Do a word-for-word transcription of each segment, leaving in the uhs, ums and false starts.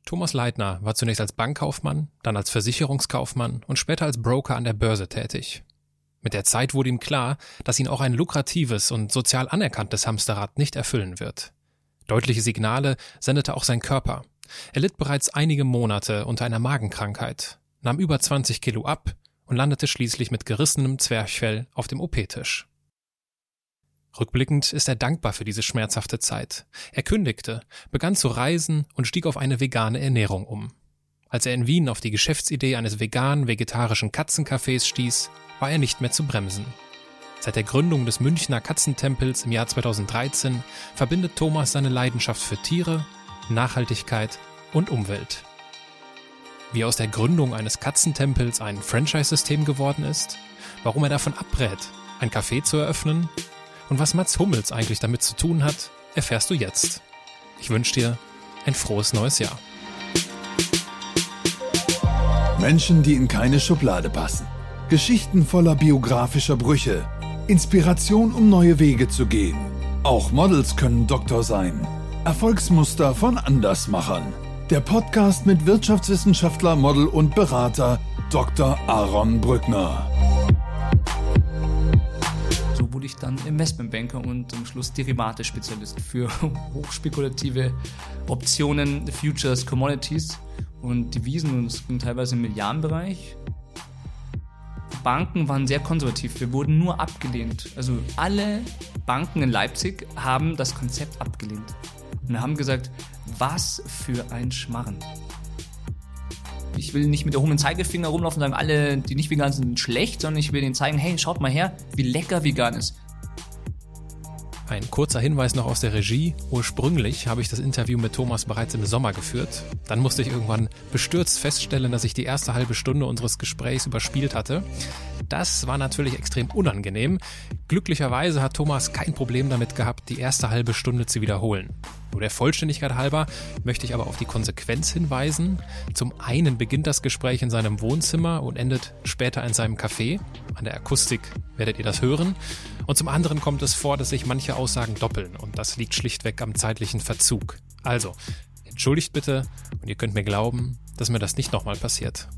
Thomas Leitner war zunächst als Bankkaufmann, dann als Versicherungskaufmann und später als Broker an der Börse tätig. Mit der Zeit wurde ihm klar, dass ihn auch ein lukratives und sozial anerkanntes Hamsterrad nicht erfüllen wird. Deutliche Signale sendete auch sein Körper. Er litt bereits einige Monate unter einer Magenkrankheit, nahm über zwanzig Kilo ab und landete schließlich mit gerissenem Zwerchfell auf dem O P-Tisch. Rückblickend ist er dankbar für diese schmerzhafte Zeit. Er kündigte, begann zu reisen und stieg auf eine vegane Ernährung um. Als er in Wien auf die Geschäftsidee eines vegan-vegetarischen Katzencafés stieß, war er nicht mehr zu bremsen. Seit der Gründung des Münchner Katzentempels im Jahr zweitausenddreizehn verbindet Thomas seine Leidenschaft für Tiere, Nachhaltigkeit und Umwelt. Wie aus der Gründung eines Katzentempels ein Franchise-System geworden ist, warum er davon abrät, ein Café zu eröffnen und was Mats Hummels eigentlich damit zu tun hat, erfährst du jetzt. Ich wünsche dir ein frohes neues Jahr. Menschen, die in keine Schublade passen. Geschichten voller biografischer Brüche. Inspiration, um neue Wege zu gehen. Auch Models können Doktor sein. Erfolgsmuster von Andersmachern. Der Podcast mit Wirtschaftswissenschaftler, Model und Berater Doktor Aaron Brückner. So wurde ich dann Investmentbanker und am Schluss Derivate-Spezialist für hochspekulative Optionen, Futures, Commodities und Devisen, und es ging teilweise im Milliardenbereich. Banken waren sehr konservativ, wir wurden nur abgelehnt. Also alle Banken in Leipzig haben das Konzept abgelehnt und haben gesagt, was für ein Schmarren. Ich will nicht mit erhobenem Zeigefinger rumlaufen und sagen, alle, die nicht vegan sind, sind schlecht, sondern ich will denen zeigen, hey, schaut mal her, wie lecker vegan ist. Ein kurzer Hinweis noch aus der Regie. Ursprünglich habe ich das Interview mit Thomas bereits im Sommer geführt. Dann musste ich irgendwann bestürzt feststellen, dass ich die erste halbe Stunde unseres Gesprächs überspielt hatte. Das war natürlich extrem unangenehm. Glücklicherweise hat Thomas kein Problem damit gehabt, die erste halbe Stunde zu wiederholen. Nur der Vollständigkeit halber möchte ich aber auf die Konsequenz hinweisen. Zum einen beginnt das Gespräch in seinem Wohnzimmer und endet später in seinem Café. An der Akustik werdet ihr das hören. Und zum anderen kommt es vor, dass sich manche Aussagen doppeln. Und das liegt schlichtweg am zeitlichen Verzug. Also, entschuldigt bitte und ihr könnt mir glauben, dass mir das nicht nochmal passiert.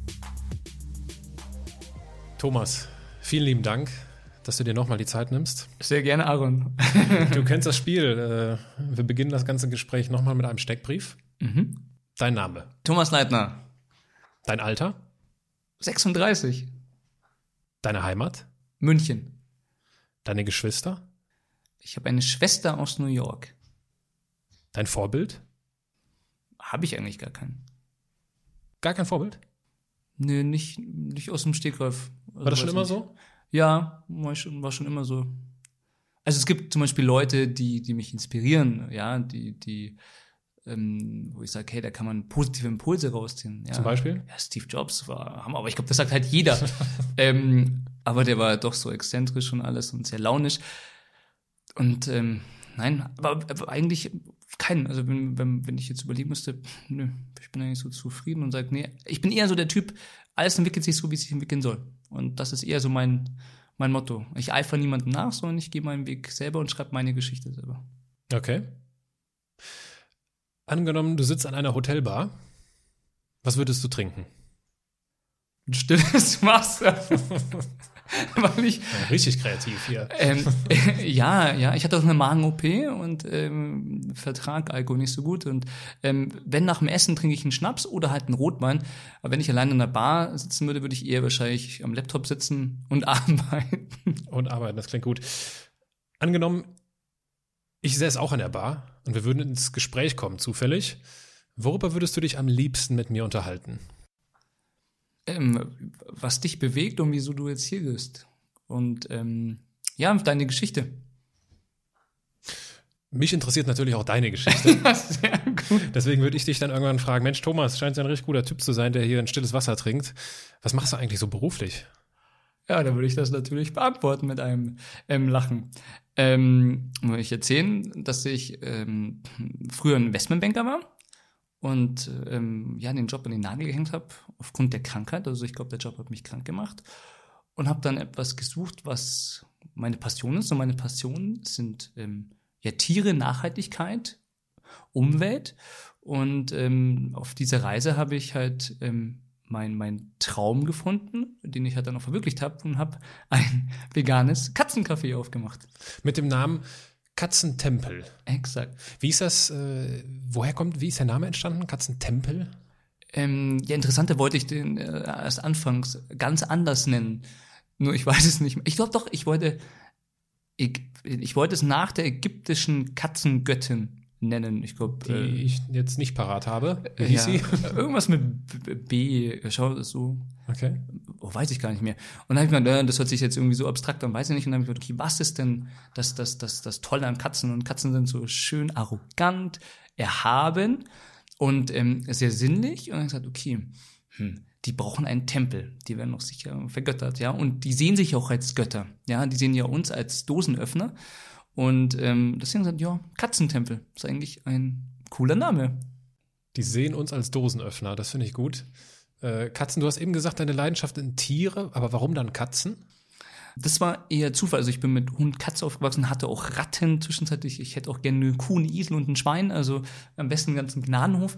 Thomas, vielen lieben Dank, dass du dir nochmal die Zeit nimmst. Sehr gerne, Aaron. Du kennst das Spiel. Wir beginnen das ganze Gespräch nochmal mit einem Steckbrief. Mhm. Dein Name? Thomas Leitner. Dein Alter? sechsunddreißig. Deine Heimat? München. Deine Geschwister? Ich habe eine Schwester aus New York. Dein Vorbild? Habe ich eigentlich gar keinen. Gar kein Vorbild? Nö, nicht, nicht aus dem Stegreif. Also war das schon immer nicht. so? Ja, war schon, war schon immer so. Also es gibt zum Beispiel Leute, die, die mich inspirieren, ja, die, die, ähm, wo ich sage, hey, da kann man positive Impulse rausziehen. Ja. Zum Beispiel? Ja, Steve Jobs war Hammer, aber ich glaube, das sagt halt jeder. ähm, aber der war doch so exzentrisch und alles und sehr launisch. Und ähm, nein, aber, aber eigentlich keinen. Also wenn, wenn, wenn ich jetzt überlegen müsste, nö, ich bin eigentlich so zufrieden und sage, nee, ich bin eher so der Typ, alles entwickelt sich so, wie es sich entwickeln soll. Und das ist eher so mein, mein Motto. Ich eifere niemandem nach, sondern ich gehe meinen Weg selber und schreibe meine Geschichte selber. Okay. Angenommen, du sitzt an einer Hotelbar. Was würdest du trinken? Ein stilles Wasser. Weil ich, ja, richtig kreativ hier. Ähm, äh, ja, ja, ich hatte auch eine Magen-O P und ähm, vertrag Alkohol nicht so gut. Und ähm, wenn nach dem Essen trinke ich einen Schnaps oder halt einen Rotwein. Aber wenn ich allein in einer Bar sitzen würde, würde ich eher wahrscheinlich am Laptop sitzen und arbeiten. Und arbeiten, das klingt gut. Angenommen, ich säße auch in der Bar und wir würden ins Gespräch kommen, zufällig. Worüber würdest du dich am liebsten mit mir unterhalten? Ähm, was dich bewegt und wieso du jetzt hier bist. Und ähm, ja, deine Geschichte. Mich interessiert natürlich auch deine Geschichte. Sehr gut. Deswegen würde ich dich dann irgendwann fragen, Mensch, Thomas, scheint ja ein richtig guter Typ zu sein, der hier ein stilles Wasser trinkt. Was machst du eigentlich so beruflich? Ja, da würde ich das natürlich beantworten mit einem ähm, Lachen. Ähm, würde ich erzählen, dass ich ähm, früher ein Investmentbanker war. Und ähm, ja, den Job an den Nagel gehängt habe, aufgrund der Krankheit. Also ich glaube, der Job hat mich krank gemacht. Und habe dann etwas gesucht, was meine Passion ist. Und meine Passion sind ähm, ja Tiere, Nachhaltigkeit, Umwelt. Und ähm, auf dieser Reise habe ich halt ähm, mein, mein Traum gefunden, den ich halt dann auch verwirklicht habe und habe ein veganes Katzencafé aufgemacht. Mit dem Namen Katzentempel. Exakt. Wie ist das, äh, woher kommt, wie ist der Name entstanden? Katzentempel? Ähm, ja, interessanter wollte ich den äh, erst anfangs ganz anders nennen. Nur ich weiß es nicht mehr. Ich glaube doch, ich wollte, ich, ich wollte es nach der ägyptischen Katzengöttin nennen. Ich glaube, die äh, ich jetzt nicht parat habe. Wie hieß ja, sie? irgendwas mit B, B schau, das so. Okay. Oh, weiß ich gar nicht mehr. Und dann habe ich mir gedacht, das hört sich jetzt irgendwie so abstrakt an, weiß ich nicht. Und dann habe ich gedacht, okay, was ist denn das, das, das, das Tolle an Katzen? Und Katzen sind so schön arrogant, erhaben und ähm, sehr sinnlich. Und dann habe ich gesagt, okay, hm, die brauchen einen Tempel. Die werden noch sicher vergöttert, ja. Und die sehen sich auch als Götter, ja. Die sehen ja uns als Dosenöffner. Und ähm, deswegen sagt, ja, Katzentempel ist eigentlich ein cooler Name. Die sehen uns als Dosenöffner, das finde ich gut. Äh, Katzen, du hast eben gesagt, deine Leidenschaft sind Tiere, aber warum dann Katzen? Das war eher Zufall. Also ich bin mit Hund, Katze aufgewachsen, hatte auch Ratten zwischenzeitlich. Ich hätte auch gerne eine Kuh, einen Esel und ein Schwein, also am besten einen ganzen Gnadenhof.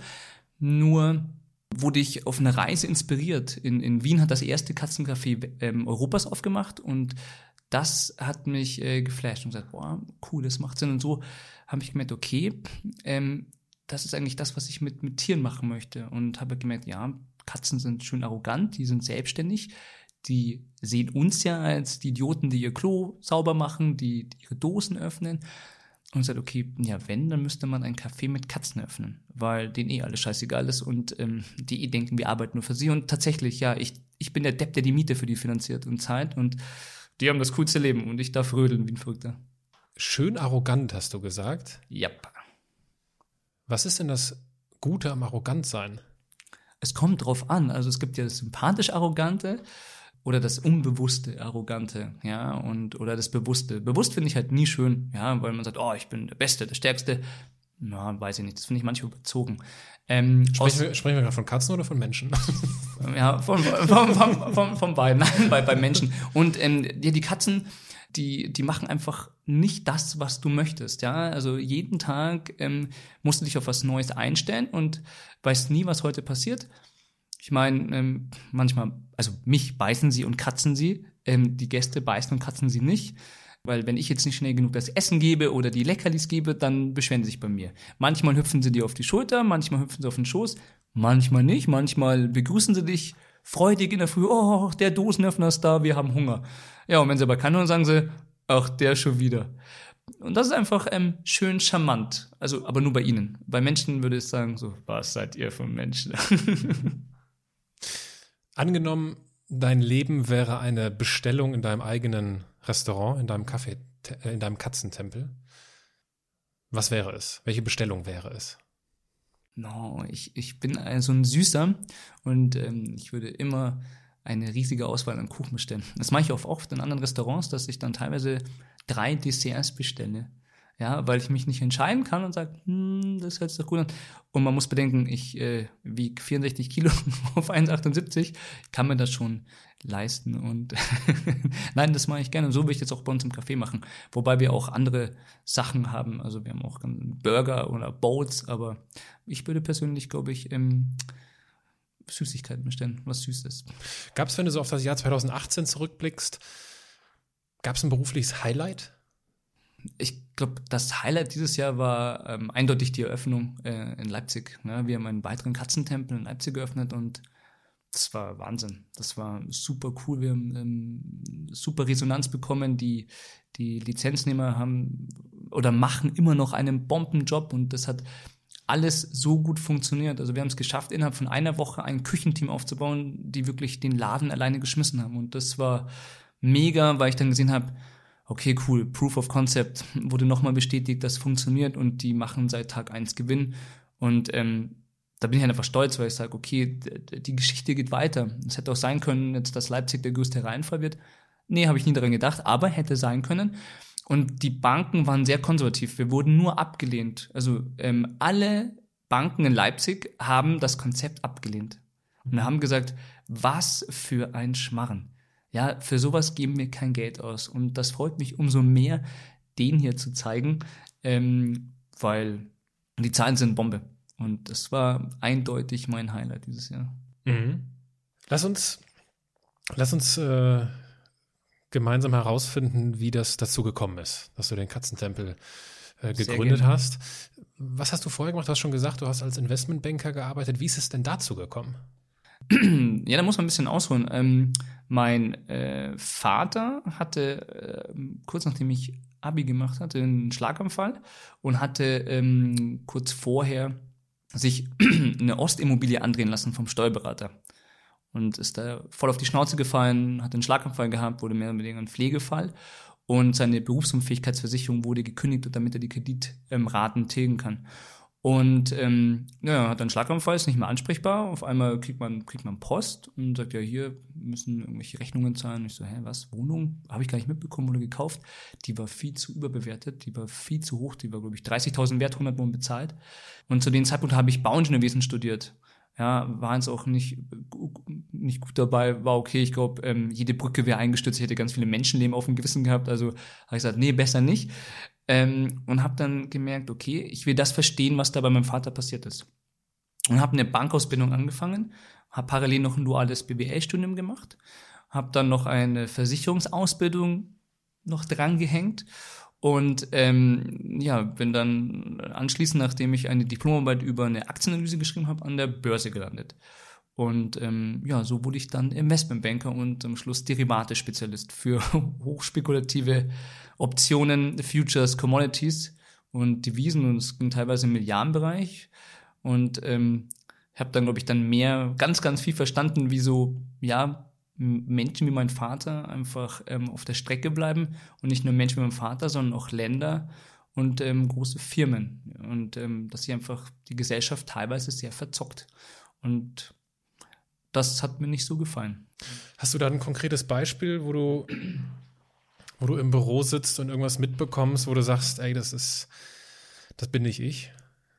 Nur wurde ich auf einer Reise inspiriert. In, in Wien hat das erste Katzencafé ähm, Europas aufgemacht und das hat mich äh, geflasht und gesagt, boah, cool, das macht Sinn. Und so habe ich gemerkt, okay, ähm, das ist eigentlich das, was ich mit, mit Tieren machen möchte. Und habe gemerkt, ja, Katzen sind schön arrogant, die sind selbstständig, die sehen uns ja als die Idioten, die ihr Klo sauber machen, die, die ihre Dosen öffnen. Und gesagt, okay, ja, wenn, dann müsste man ein Café mit Katzen öffnen, weil denen eh alles scheißegal ist und ähm, die eh denken, wir arbeiten nur für sie. Und tatsächlich, ja, ich, ich bin der Depp, der die Miete für die finanziert und zahlt und die haben das coolste Leben und ich darf rödeln wie ein Verrückter. Schön arrogant, hast du gesagt. Yep. Was ist denn das Gute am Arrogantsein? Es kommt drauf an. Also es gibt ja das sympathisch Arrogante oder das unbewusste Arrogante, ja, und oder das Bewusste. Bewusst finde ich halt nie schön, ja, weil man sagt, oh, ich bin der Beste, der Stärkste. Na, weiß ich nicht, das finde ich manchmal überzogen. Ähm, sprechen, wir, sprechen wir gerade von Katzen oder von Menschen? Ja, von, von, von, von, von beiden, nein, bei, bei Menschen. Und ähm, ja, die Katzen, die, die machen einfach nicht das, was du möchtest, ja. Also jeden Tag ähm, musst du dich auf was Neues einstellen und weißt nie, was heute passiert. Ich meine, ähm, manchmal, also mich beißen sie und kratzen sie, ähm, die Gäste beißen und kratzen sie nicht. Weil wenn ich jetzt nicht schnell genug das Essen gebe oder die Leckerlis gebe, dann beschweren sie sich bei mir. Manchmal hüpfen sie dir auf die Schulter, manchmal hüpfen sie auf den Schoß, manchmal nicht, manchmal begrüßen sie dich freudig in der Früh, oh, der Dosenöffner ist da, wir haben Hunger. Ja, und wenn sie aber kann, dann sagen sie, ach, der schon wieder. Und das ist einfach ähm, schön charmant, also aber nur bei ihnen. Bei Menschen würde ich sagen, so, was seid ihr für Menschen? Angenommen, dein Leben wäre eine Bestellung in deinem eigenen Restaurant, in deinem Kaffee, in deinem Katzentempel. Was wäre es? Welche Bestellung wäre es? No, ich, ich bin so ein Süßer und ähm, ich würde immer eine riesige Auswahl an Kuchen bestellen. Das mache ich auch oft in anderen Restaurants, dass ich dann teilweise drei Desserts bestelle. Ja, weil ich mich nicht entscheiden kann und sage, hm, das hört sich doch gut an. Und man muss bedenken, ich äh, wiege vierundsechzig Kilo auf eins Komma achtundsiebzig. Ich kann mir das schon leisten. Und nein, das mache ich gerne. Und so will ich jetzt auch bei uns im Café machen. Wobei wir auch andere Sachen haben. Also wir haben auch Burger oder Bowls. Aber ich würde persönlich, glaube ich, ähm, Süßigkeiten bestellen, was süß ist. Gab es, wenn du so auf das Jahr zwanzig achtzehn zurückblickst, gab es ein berufliches Highlight? Ich glaube, das Highlight dieses Jahr war ähm, eindeutig die Eröffnung äh, in Leipzig. Ne? Wir haben einen weiteren Katzentempel in Leipzig geöffnet und das war Wahnsinn. Das war super cool. Wir haben ähm, super Resonanz bekommen. Die, die Lizenznehmer haben oder machen immer noch einen Bombenjob und das hat alles so gut funktioniert. Also wir haben es geschafft, innerhalb von einer Woche ein Küchenteam aufzubauen, die wirklich den Laden alleine geschmissen haben. Und das war mega, weil ich dann gesehen habe, okay, cool, Proof of Concept wurde nochmal bestätigt, das funktioniert und die machen seit Tag eins Gewinn. Und ähm, da bin ich einfach stolz, weil ich sage, okay, die Geschichte geht weiter. Es hätte auch sein können, jetzt, dass Leipzig der größte Reinfall wird. Nee, habe ich nie daran gedacht, aber hätte sein können. Und die Banken waren sehr konservativ. Wir wurden nur abgelehnt. Also ähm, alle Banken in Leipzig haben das Konzept abgelehnt. Und haben gesagt, was für ein Schmarren. Ja, für sowas geben wir kein Geld aus. Und das freut mich umso mehr, den hier zu zeigen, ähm, weil die Zahlen sind Bombe. Und das war eindeutig mein Highlight dieses Jahr. Mhm. Lass uns, lass uns äh, gemeinsam herausfinden, wie das dazu gekommen ist, dass du den Katzentempel äh, gegründet hast. Was hast du vorher gemacht? Du hast schon gesagt, du hast als Investmentbanker gearbeitet. Wie ist es denn dazu gekommen? Ja, da muss man ein bisschen ausholen. Ähm, mein äh, Vater hatte, äh, kurz nachdem ich Abi gemacht hatte, einen Schlaganfall und hatte ähm, kurz vorher sich eine Ostimmobilie andrehen lassen vom Steuerberater. Und ist da voll auf die Schnauze gefallen, hat einen Schlaganfall gehabt, wurde mehr oder weniger ein Pflegefall. Und seine Berufsunfähigkeitsversicherung wurde gekündigt, damit er die Kreditraten ähm, tilgen kann. Und ähm, ja, hat einen Schlaganfall, ist nicht mehr ansprechbar. Auf einmal kriegt man kriegt man Post und sagt, ja, hier müssen irgendwelche Rechnungen zahlen. Ich so, hä, was? Wohnung? Habe ich gar nicht mitbekommen oder gekauft. Die war viel zu überbewertet, die war viel zu hoch. Die war, glaube ich, dreißigtausend wert, hundert Wochen bezahlt. Und zu dem Zeitpunkt habe ich Bauingenieurwesen studiert. Ja, war jetzt auch nicht, nicht gut dabei, war okay. Ich glaube, ähm, jede Brücke wäre eingestürzt. Ich hätte ganz viele Menschenleben auf dem Gewissen gehabt. Also habe ich gesagt, nee, besser nicht. Ähm, und habe dann gemerkt, okay, ich will das verstehen, was da bei meinem Vater passiert ist. Und habe eine Bankausbildung angefangen, habe parallel noch ein duales B W L-Studium gemacht, habe dann noch eine Versicherungsausbildung noch dran gehängt und ähm, ja, bin dann anschließend, nachdem ich eine Diplomarbeit über eine Aktienanalyse geschrieben habe, an der Börse gelandet. Und ähm, ja, so wurde ich dann Investmentbanker und am Schluss Derivate-Spezialist für hochspekulative Optionen, Futures, Commodities und Devisen, und es ging teilweise im Milliardenbereich. Und ähm, habe dann, glaube ich, dann mehr, ganz, ganz viel verstanden, wie so, ja, Menschen wie mein Vater einfach ähm, auf der Strecke bleiben und nicht nur Menschen wie mein Vater, sondern auch Länder und ähm, große Firmen. Und ähm, dass sie einfach die Gesellschaft teilweise sehr verzockt. Und das hat mir nicht so gefallen. Hast du da ein konkretes Beispiel, wo du, wo du im Büro sitzt und irgendwas mitbekommst, wo du sagst, ey, das ist, das bin nicht ich?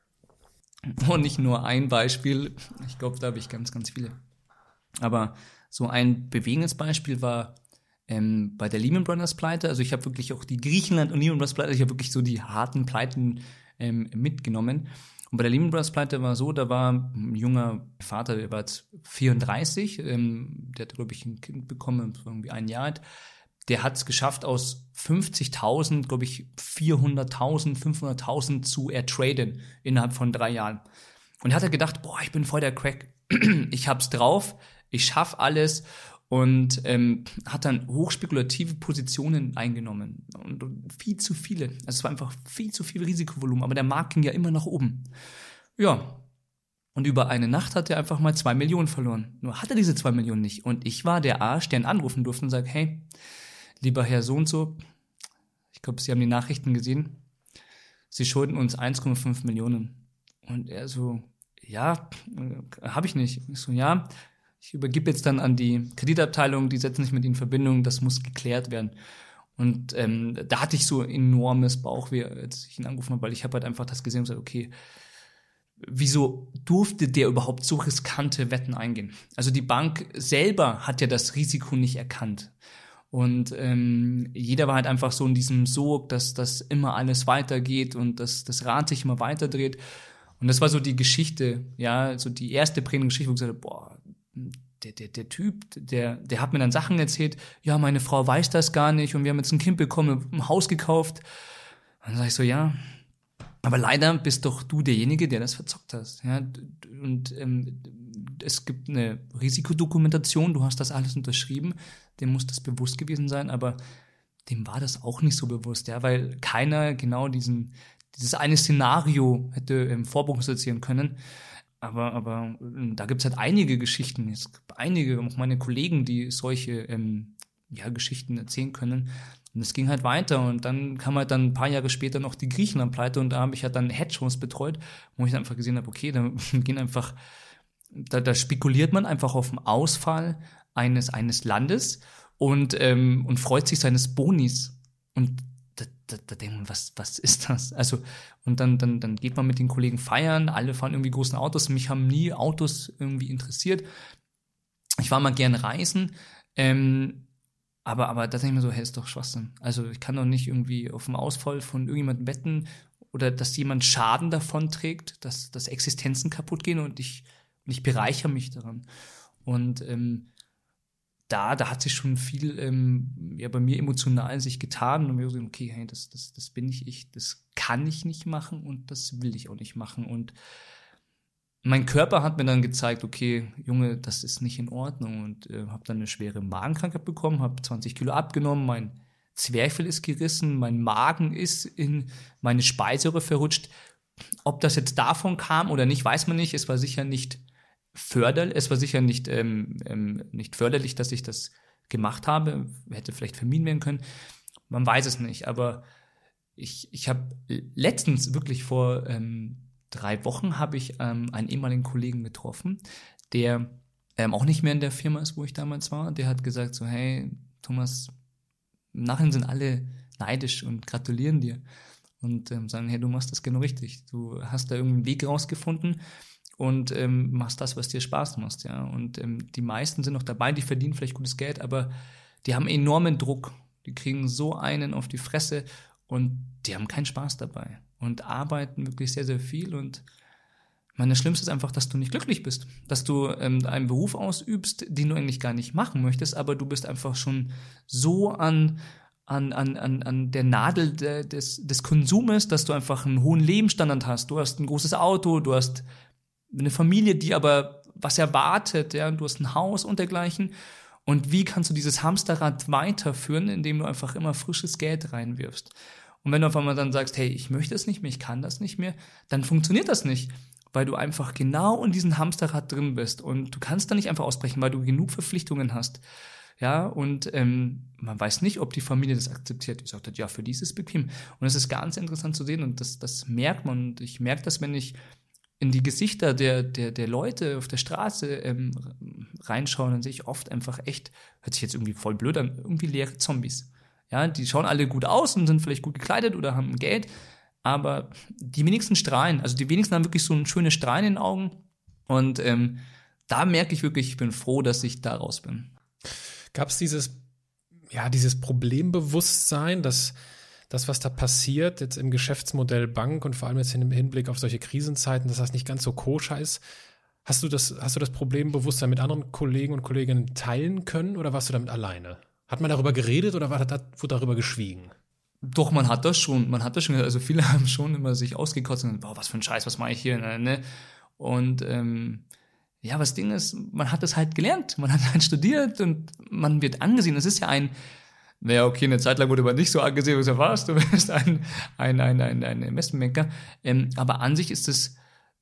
Und nicht nur ein Beispiel, ich glaube, da habe ich ganz, ganz viele. Aber so ein bewegendes Beispiel war ähm, bei der Lehman Brothers Pleite. Also ich habe wirklich auch die Griechenland und Lehman Brothers Pleite, ich habe wirklich so die harten Pleiten ähm, mitgenommen. Und bei der Lehman Brothers Pleite war so, da war ein junger Vater, der war jetzt vierunddreißig, ähm, der hat, glaube ich, ein Kind bekommen, irgendwie ein Jahr alt. Der hat es geschafft, aus fünfzigtausend, glaube ich, vierhunderttausend, fünfhunderttausend zu ertraden innerhalb von drei Jahren. Und er hat gedacht, boah, ich bin voll der Crack. Ich hab's drauf, ich schaff alles. Und ähm, hat dann hochspekulative Positionen eingenommen. Und, und viel zu viele. Also es war einfach viel zu viel Risikovolumen. Aber der Markt ging ja immer nach oben. Ja. Und über eine Nacht hat er einfach mal zwei Millionen verloren. Nur hat er diese zwei Millionen nicht. Und ich war der Arsch, der ihn anrufen durfte und sagt, hey, lieber Herr so und so, ich glaube, Sie haben die Nachrichten gesehen, Sie schulden uns eins Komma fünf Millionen. Und er so, ja, äh, habe ich nicht. Ich so, ja, ich übergebe jetzt dann an die Kreditabteilung, die setzen sich mit Ihnen in Verbindung, das muss geklärt werden. Und ähm, da hatte ich so enormes Bauchweh, als ich ihn angerufen habe, weil ich habe halt einfach das gesehen und gesagt, okay, wieso durfte der überhaupt so riskante Wetten eingehen? Also die Bank selber hat ja das Risiko nicht erkannt. Und ähm, jeder war halt einfach so in diesem Sog, dass das immer alles weitergeht und dass das Rad sich immer weiterdreht. Und das war so die Geschichte, ja, so die erste prägende Geschichte, wo ich gesagt habe, boah, der, der, der Typ, der, der hat mir dann Sachen erzählt, ja, meine Frau weiß das gar nicht und wir haben jetzt ein Kind bekommen, ein Haus gekauft. Und dann sag ich so, ja, aber leider bist doch du derjenige, der das verzockt hast. Ja? Und ähm, es gibt eine Risikodokumentation, du hast das alles unterschrieben, dem muss das bewusst gewesen sein, aber dem war das auch nicht so bewusst, ja, weil keiner genau diesen, dieses eine Szenario hätte ähm, vorprognostizieren können. Aber, aber da gibt's halt einige Geschichten. Es gibt einige, auch meine Kollegen, die solche ähm, ja, Geschichten erzählen können. Und es ging halt weiter. Und dann kam halt dann ein paar Jahre später noch die Griechenland-Pleite. Und da habe ich halt dann Hedgefonds betreut, wo ich dann einfach gesehen habe, okay, da gehen einfach, da, da spekuliert man einfach auf den Ausfall eines, eines Landes und, ähm, und freut sich seines Bonis. Und Da, da, da denkt man, was, was ist das? Also, und dann, dann, dann geht man mit den Kollegen feiern, alle fahren irgendwie großen Autos. Mich haben nie Autos irgendwie interessiert. Ich war mal gern reisen, ähm, aber, aber da denke ich mir so, hey, ist doch Schwachsinn. Also, ich kann doch nicht irgendwie auf den Ausfall von irgendjemandem wetten oder dass jemand Schaden davon trägt, dass, dass Existenzen kaputt gehen und ich, und ich bereichere mich daran. Und ähm, da, da hat sich schon viel ähm, ja, bei mir emotional sich getan und mir so, okay, hey, das, das, das bin nicht ich, das kann ich nicht machen und das will ich auch nicht machen. Und mein Körper hat mir dann gezeigt, okay, Junge, das ist nicht in Ordnung und äh, habe dann eine schwere Magenkrankheit bekommen, habe zwanzig Kilo abgenommen, mein Zwerchfell ist gerissen, mein Magen ist in meine Speiseröhre verrutscht. Ob das jetzt davon kam oder nicht, weiß man nicht. Es war sicher nicht förderlich, es war sicher nicht, ähm, ähm, nicht förderlich, dass ich das gemacht habe. Hätte vielleicht vermieden werden können. Man weiß es nicht. Aber ich, ich habe letztens, wirklich vor ähm, drei Wochen, habe ich ähm, einen ehemaligen Kollegen getroffen, der ähm, auch nicht mehr in der Firma ist, wo ich damals war. Der hat gesagt so, hey, Thomas, im Nachhinein sind alle neidisch und gratulieren dir und ähm, sagen, hey, du machst das genau richtig. Du hast da irgendeinen Weg rausgefunden und ähm, machst das, was dir Spaß macht. Ja? Und ähm, die meisten sind noch dabei, die verdienen vielleicht gutes Geld, aber die haben enormen Druck. Die kriegen so einen auf die Fresse und die haben keinen Spaß dabei und arbeiten wirklich sehr, sehr viel. Und ich meine, das Schlimmste ist einfach, dass du nicht glücklich bist, dass du ähm, einen Beruf ausübst, den du eigentlich gar nicht machen möchtest, aber du bist einfach schon so an, an, an, an, an der Nadel de, des, des Konsumes, dass du einfach einen hohen Lebensstandard hast. Du hast ein großes Auto, du hast eine Familie, die aber was erwartet, ja, du hast ein Haus und dergleichen. Und wie kannst du dieses Hamsterrad weiterführen, indem du einfach immer frisches Geld reinwirfst? Und wenn du auf einmal dann sagst, hey, ich möchte es nicht mehr, ich kann das nicht mehr, dann funktioniert das nicht, weil du einfach genau in diesem Hamsterrad drin bist und du kannst da nicht einfach ausbrechen, weil du genug Verpflichtungen hast. Ja, und ähm, man weiß nicht, ob die Familie das akzeptiert. Die sagt, ja, für die ist es bequem. Und es ist ganz interessant zu sehen und das, das merkt man. Und ich merke das, wenn ich in die Gesichter der, der, der Leute auf der Straße ähm, reinschaue, dann sehe ich oft einfach echt, hört sich jetzt irgendwie voll blöd an, irgendwie leere Zombies. Ja, die schauen alle gut aus und sind vielleicht gut gekleidet oder haben Geld, aber die wenigsten strahlen. Also die wenigsten haben wirklich so ein schönes Strahlen in den Augen. Und ähm, da merke ich wirklich, ich bin froh, dass ich da raus bin. Gab es dieses, ja, dieses Problembewusstsein, dass das, was da passiert, jetzt im Geschäftsmodell Bank und vor allem jetzt im Hinblick auf solche Krisenzeiten, dass das nicht ganz so koscher ist? Hast du das, hast du das Problembewusstsein mit anderen Kollegen und Kolleginnen teilen können oder warst du damit alleine? Hat man darüber geredet oder war, wurde darüber geschwiegen? Doch, man hat das schon, man hat das schon, also viele haben schon immer sich ausgekotzt und boah, was für ein Scheiß, was mache ich hier, ne? Und ähm, ja, was Ding ist, man hat das halt gelernt, man hat halt studiert und man wird angesehen. Das ist ja ein, naja, okay, eine Zeit lang wurde man nicht so angesehen, was du warst, du bist ein, ein, ein, ein, ein Investmentbanker, ähm, aber an sich ist es,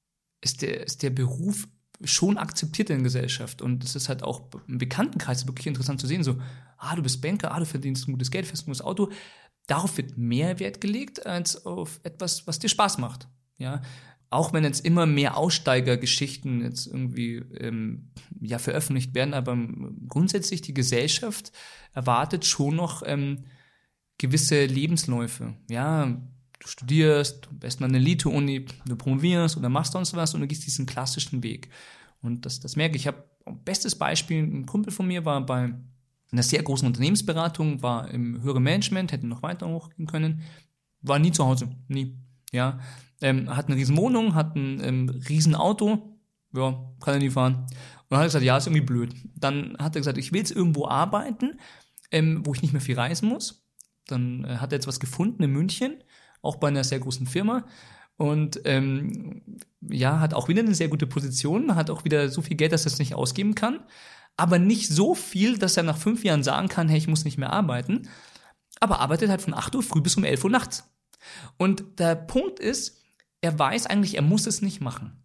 ist der, ist der Beruf schon akzeptiert in der Gesellschaft und es ist halt auch im Bekanntenkreis wirklich interessant zu sehen, so, ah, du bist Banker, ah, du verdienst ein gutes Geld, fährst ein gutes Auto. Darauf wird mehr Wert gelegt als auf etwas, was dir Spaß macht. Ja, auch wenn jetzt immer mehr Aussteigergeschichten jetzt irgendwie ähm, ja veröffentlicht werden, aber grundsätzlich die Gesellschaft erwartet schon noch ähm, gewisse Lebensläufe. Ja, du studierst, am besten an der Elite-Uni, du promovierst oder machst sonst was und du gehst diesen klassischen Weg. Und das, das merke ich. Ich habe ein bestes Beispiel, ein Kumpel von mir war bei einer sehr großen Unternehmensberatung, war im höheren Management, hätte noch weiter hochgehen können, war nie zu Hause, nie, ja, ähm, hat eine riesen Wohnung, hat ein ähm, riesen Auto, ja, kann er nie fahren. Und dann hat er gesagt, ja, ist irgendwie blöd. Dann hat er gesagt, ich will jetzt irgendwo arbeiten, ähm, wo ich nicht mehr viel reisen muss. Dann äh, hat er jetzt was gefunden in München, auch bei einer sehr großen Firma und ähm, ja, hat auch wieder eine sehr gute Position, hat auch wieder so viel Geld, dass er es nicht ausgeben kann. Aber nicht so viel, dass er nach fünf Jahren sagen kann, hey, ich muss nicht mehr arbeiten, aber arbeitet halt von acht Uhr früh bis um elf Uhr nachts. Und der Punkt ist, er weiß eigentlich, er muss es nicht machen.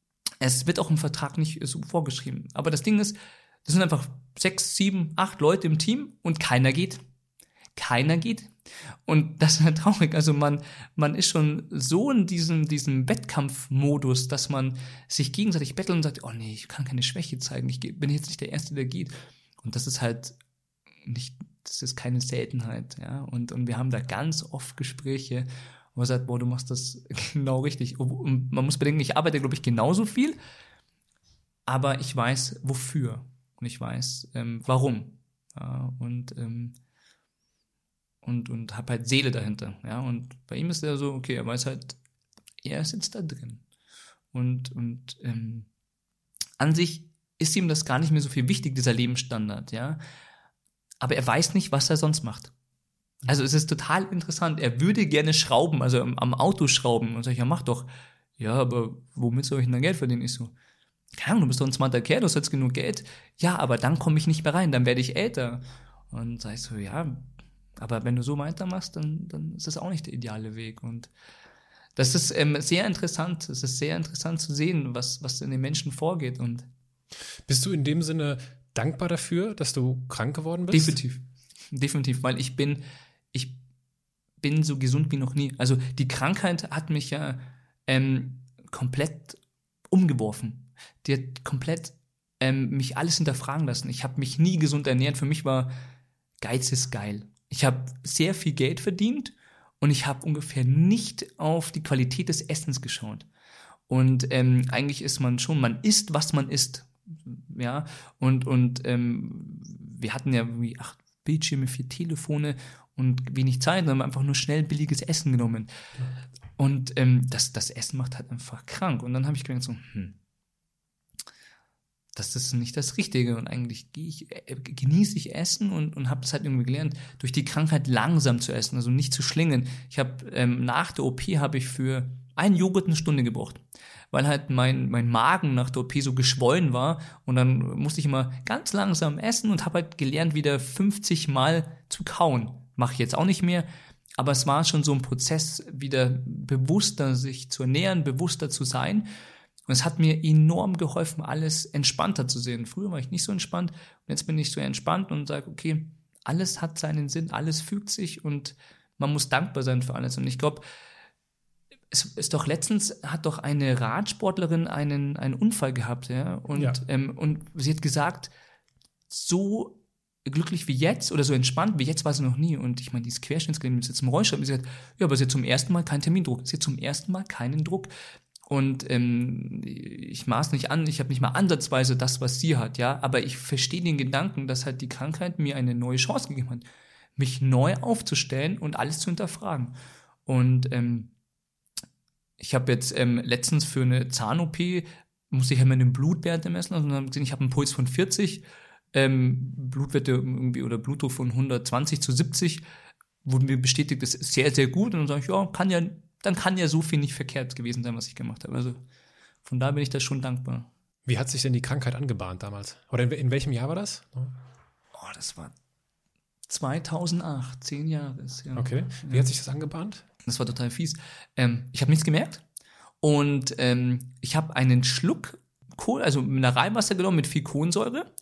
Es wird auch im Vertrag nicht so vorgeschrieben. Aber das Ding ist, das sind einfach sechs, sieben, acht Leute im Team und keiner geht. Keiner geht. Und das ist halt traurig. Also man, man ist schon so in diesem, diesem Wettkampfmodus, dass man sich gegenseitig bettelt und sagt, oh nee, ich kann keine Schwäche zeigen, ich bin jetzt nicht der Erste, der geht. Und das ist halt nicht, das ist keine Seltenheit, ja. Und, und wir haben da ganz oft Gespräche, wo man sagt, boah, du machst das genau richtig. Und man muss bedenken, ich arbeite, glaube ich, genauso viel, aber ich weiß, wofür. Und ich weiß, ähm, warum. Ja, und, ähm, und, und habe halt Seele dahinter, ja, und bei ihm ist er so, okay, er weiß halt, er sitzt da drin. Und, und ähm, an sich ist ihm das gar nicht mehr so viel wichtig, dieser Lebensstandard, ja. Aber er weiß nicht, was er sonst macht. Also es ist total interessant. Er würde gerne schrauben, also am, am Auto schrauben. Und sag ich, ja, mach doch. Ja, aber womit soll ich denn dann Geld verdienen? Ich so, keine Ahnung, du bist doch ein smarter Kerl, du hast jetzt genug Geld. Ja, aber dann komme ich nicht mehr rein, dann werde ich älter. Und sag ich so, ja, aber wenn du so weitermachst, dann, dann ist das auch nicht der ideale Weg. Und das ist ähm, sehr interessant. Es ist sehr interessant zu sehen, was, was in den Menschen vorgeht. Und bist du in dem Sinne dankbar dafür, dass du krank geworden bist? Definitiv. Definitiv, weil ich bin, ich bin so gesund wie noch nie. Also die Krankheit hat mich ja ähm, komplett umgeworfen. Die hat komplett ähm, mich alles hinterfragen lassen. Ich habe mich nie gesund ernährt. Für mich war Geiz ist geil. Ich habe sehr viel Geld verdient und ich habe ungefähr nicht auf die Qualität des Essens geschaut. Und ähm, eigentlich ist man schon, man isst, was man isst. Ja, und, und ähm, wir hatten ja wie acht Bildschirme, vier Telefone und wenig Zeit, dann haben wir einfach nur schnell billiges Essen genommen. Ja. Und ähm, das, das Essen macht halt einfach krank. Und dann habe ich gedacht so, hm, das ist nicht das Richtige. Und eigentlich gehe ich, äh, genieße ich Essen und, und habe das halt irgendwie gelernt, durch die Krankheit langsam zu essen, also nicht zu schlingen. Ich habe ähm, nach der O P habe ich für einen Joghurt eine Stunde gebraucht, weil halt mein, mein Magen nach der O P so geschwollen war und dann musste ich immer ganz langsam essen und habe halt gelernt, wieder fünfzig Mal zu kauen. Mache ich jetzt auch nicht mehr, aber es war schon so ein Prozess, wieder bewusster sich zu ernähren, bewusster zu sein. Und es hat mir enorm geholfen, alles entspannter zu sehen. Früher war ich nicht so entspannt und jetzt bin ich so entspannt und sage, okay, alles hat seinen Sinn, alles fügt sich und man muss dankbar sein für alles. Und ich glaube, es ist doch letztens, hat doch eine Radsportlerin einen, einen Unfall gehabt, ja, und, ja. Ähm, und sie hat gesagt, so glücklich wie jetzt oder so entspannt wie jetzt war sie noch nie. Und ich meine, die ist querschnittsgelähmt, ist jetzt im Rollstuhl, und sie hat, ja, aber sie hat zum ersten Mal keinen Termindruck, sie hat zum ersten Mal keinen Druck. Und ähm, ich maß nicht an, ich habe nicht mal ansatzweise das, was sie hat, ja, aber ich verstehe den Gedanken, dass halt die Krankheit mir eine neue Chance gegeben hat, mich neu aufzustellen und alles zu hinterfragen. Und ähm, ich habe jetzt ähm, letztens für eine Zahn-O P, musste ich halt meine Blutwerte messen, also dann haben gesehen, ich habe einen Puls von vierzig, ähm, Blutwerte irgendwie oder Blutdruck von hundertzwanzig zu siebzig, wurden mir bestätigt, das ist sehr, sehr gut. Und dann sage ich, ja, kann ja, dann kann ja so viel nicht verkehrt gewesen sein, was ich gemacht habe. Also von da bin ich da schon dankbar. Wie hat sich denn die Krankheit angebahnt damals? Oder in, in welchem Jahr war das? Oh, das war zweitausendacht, zehn Jahre. Ja. Okay, wie ja. hat sich das angebahnt? Das war total fies. Ähm, ich habe nichts gemerkt und ähm, ich habe einen Schluck Kohl, also Mineralwasser genommen mit viel Kohlensäure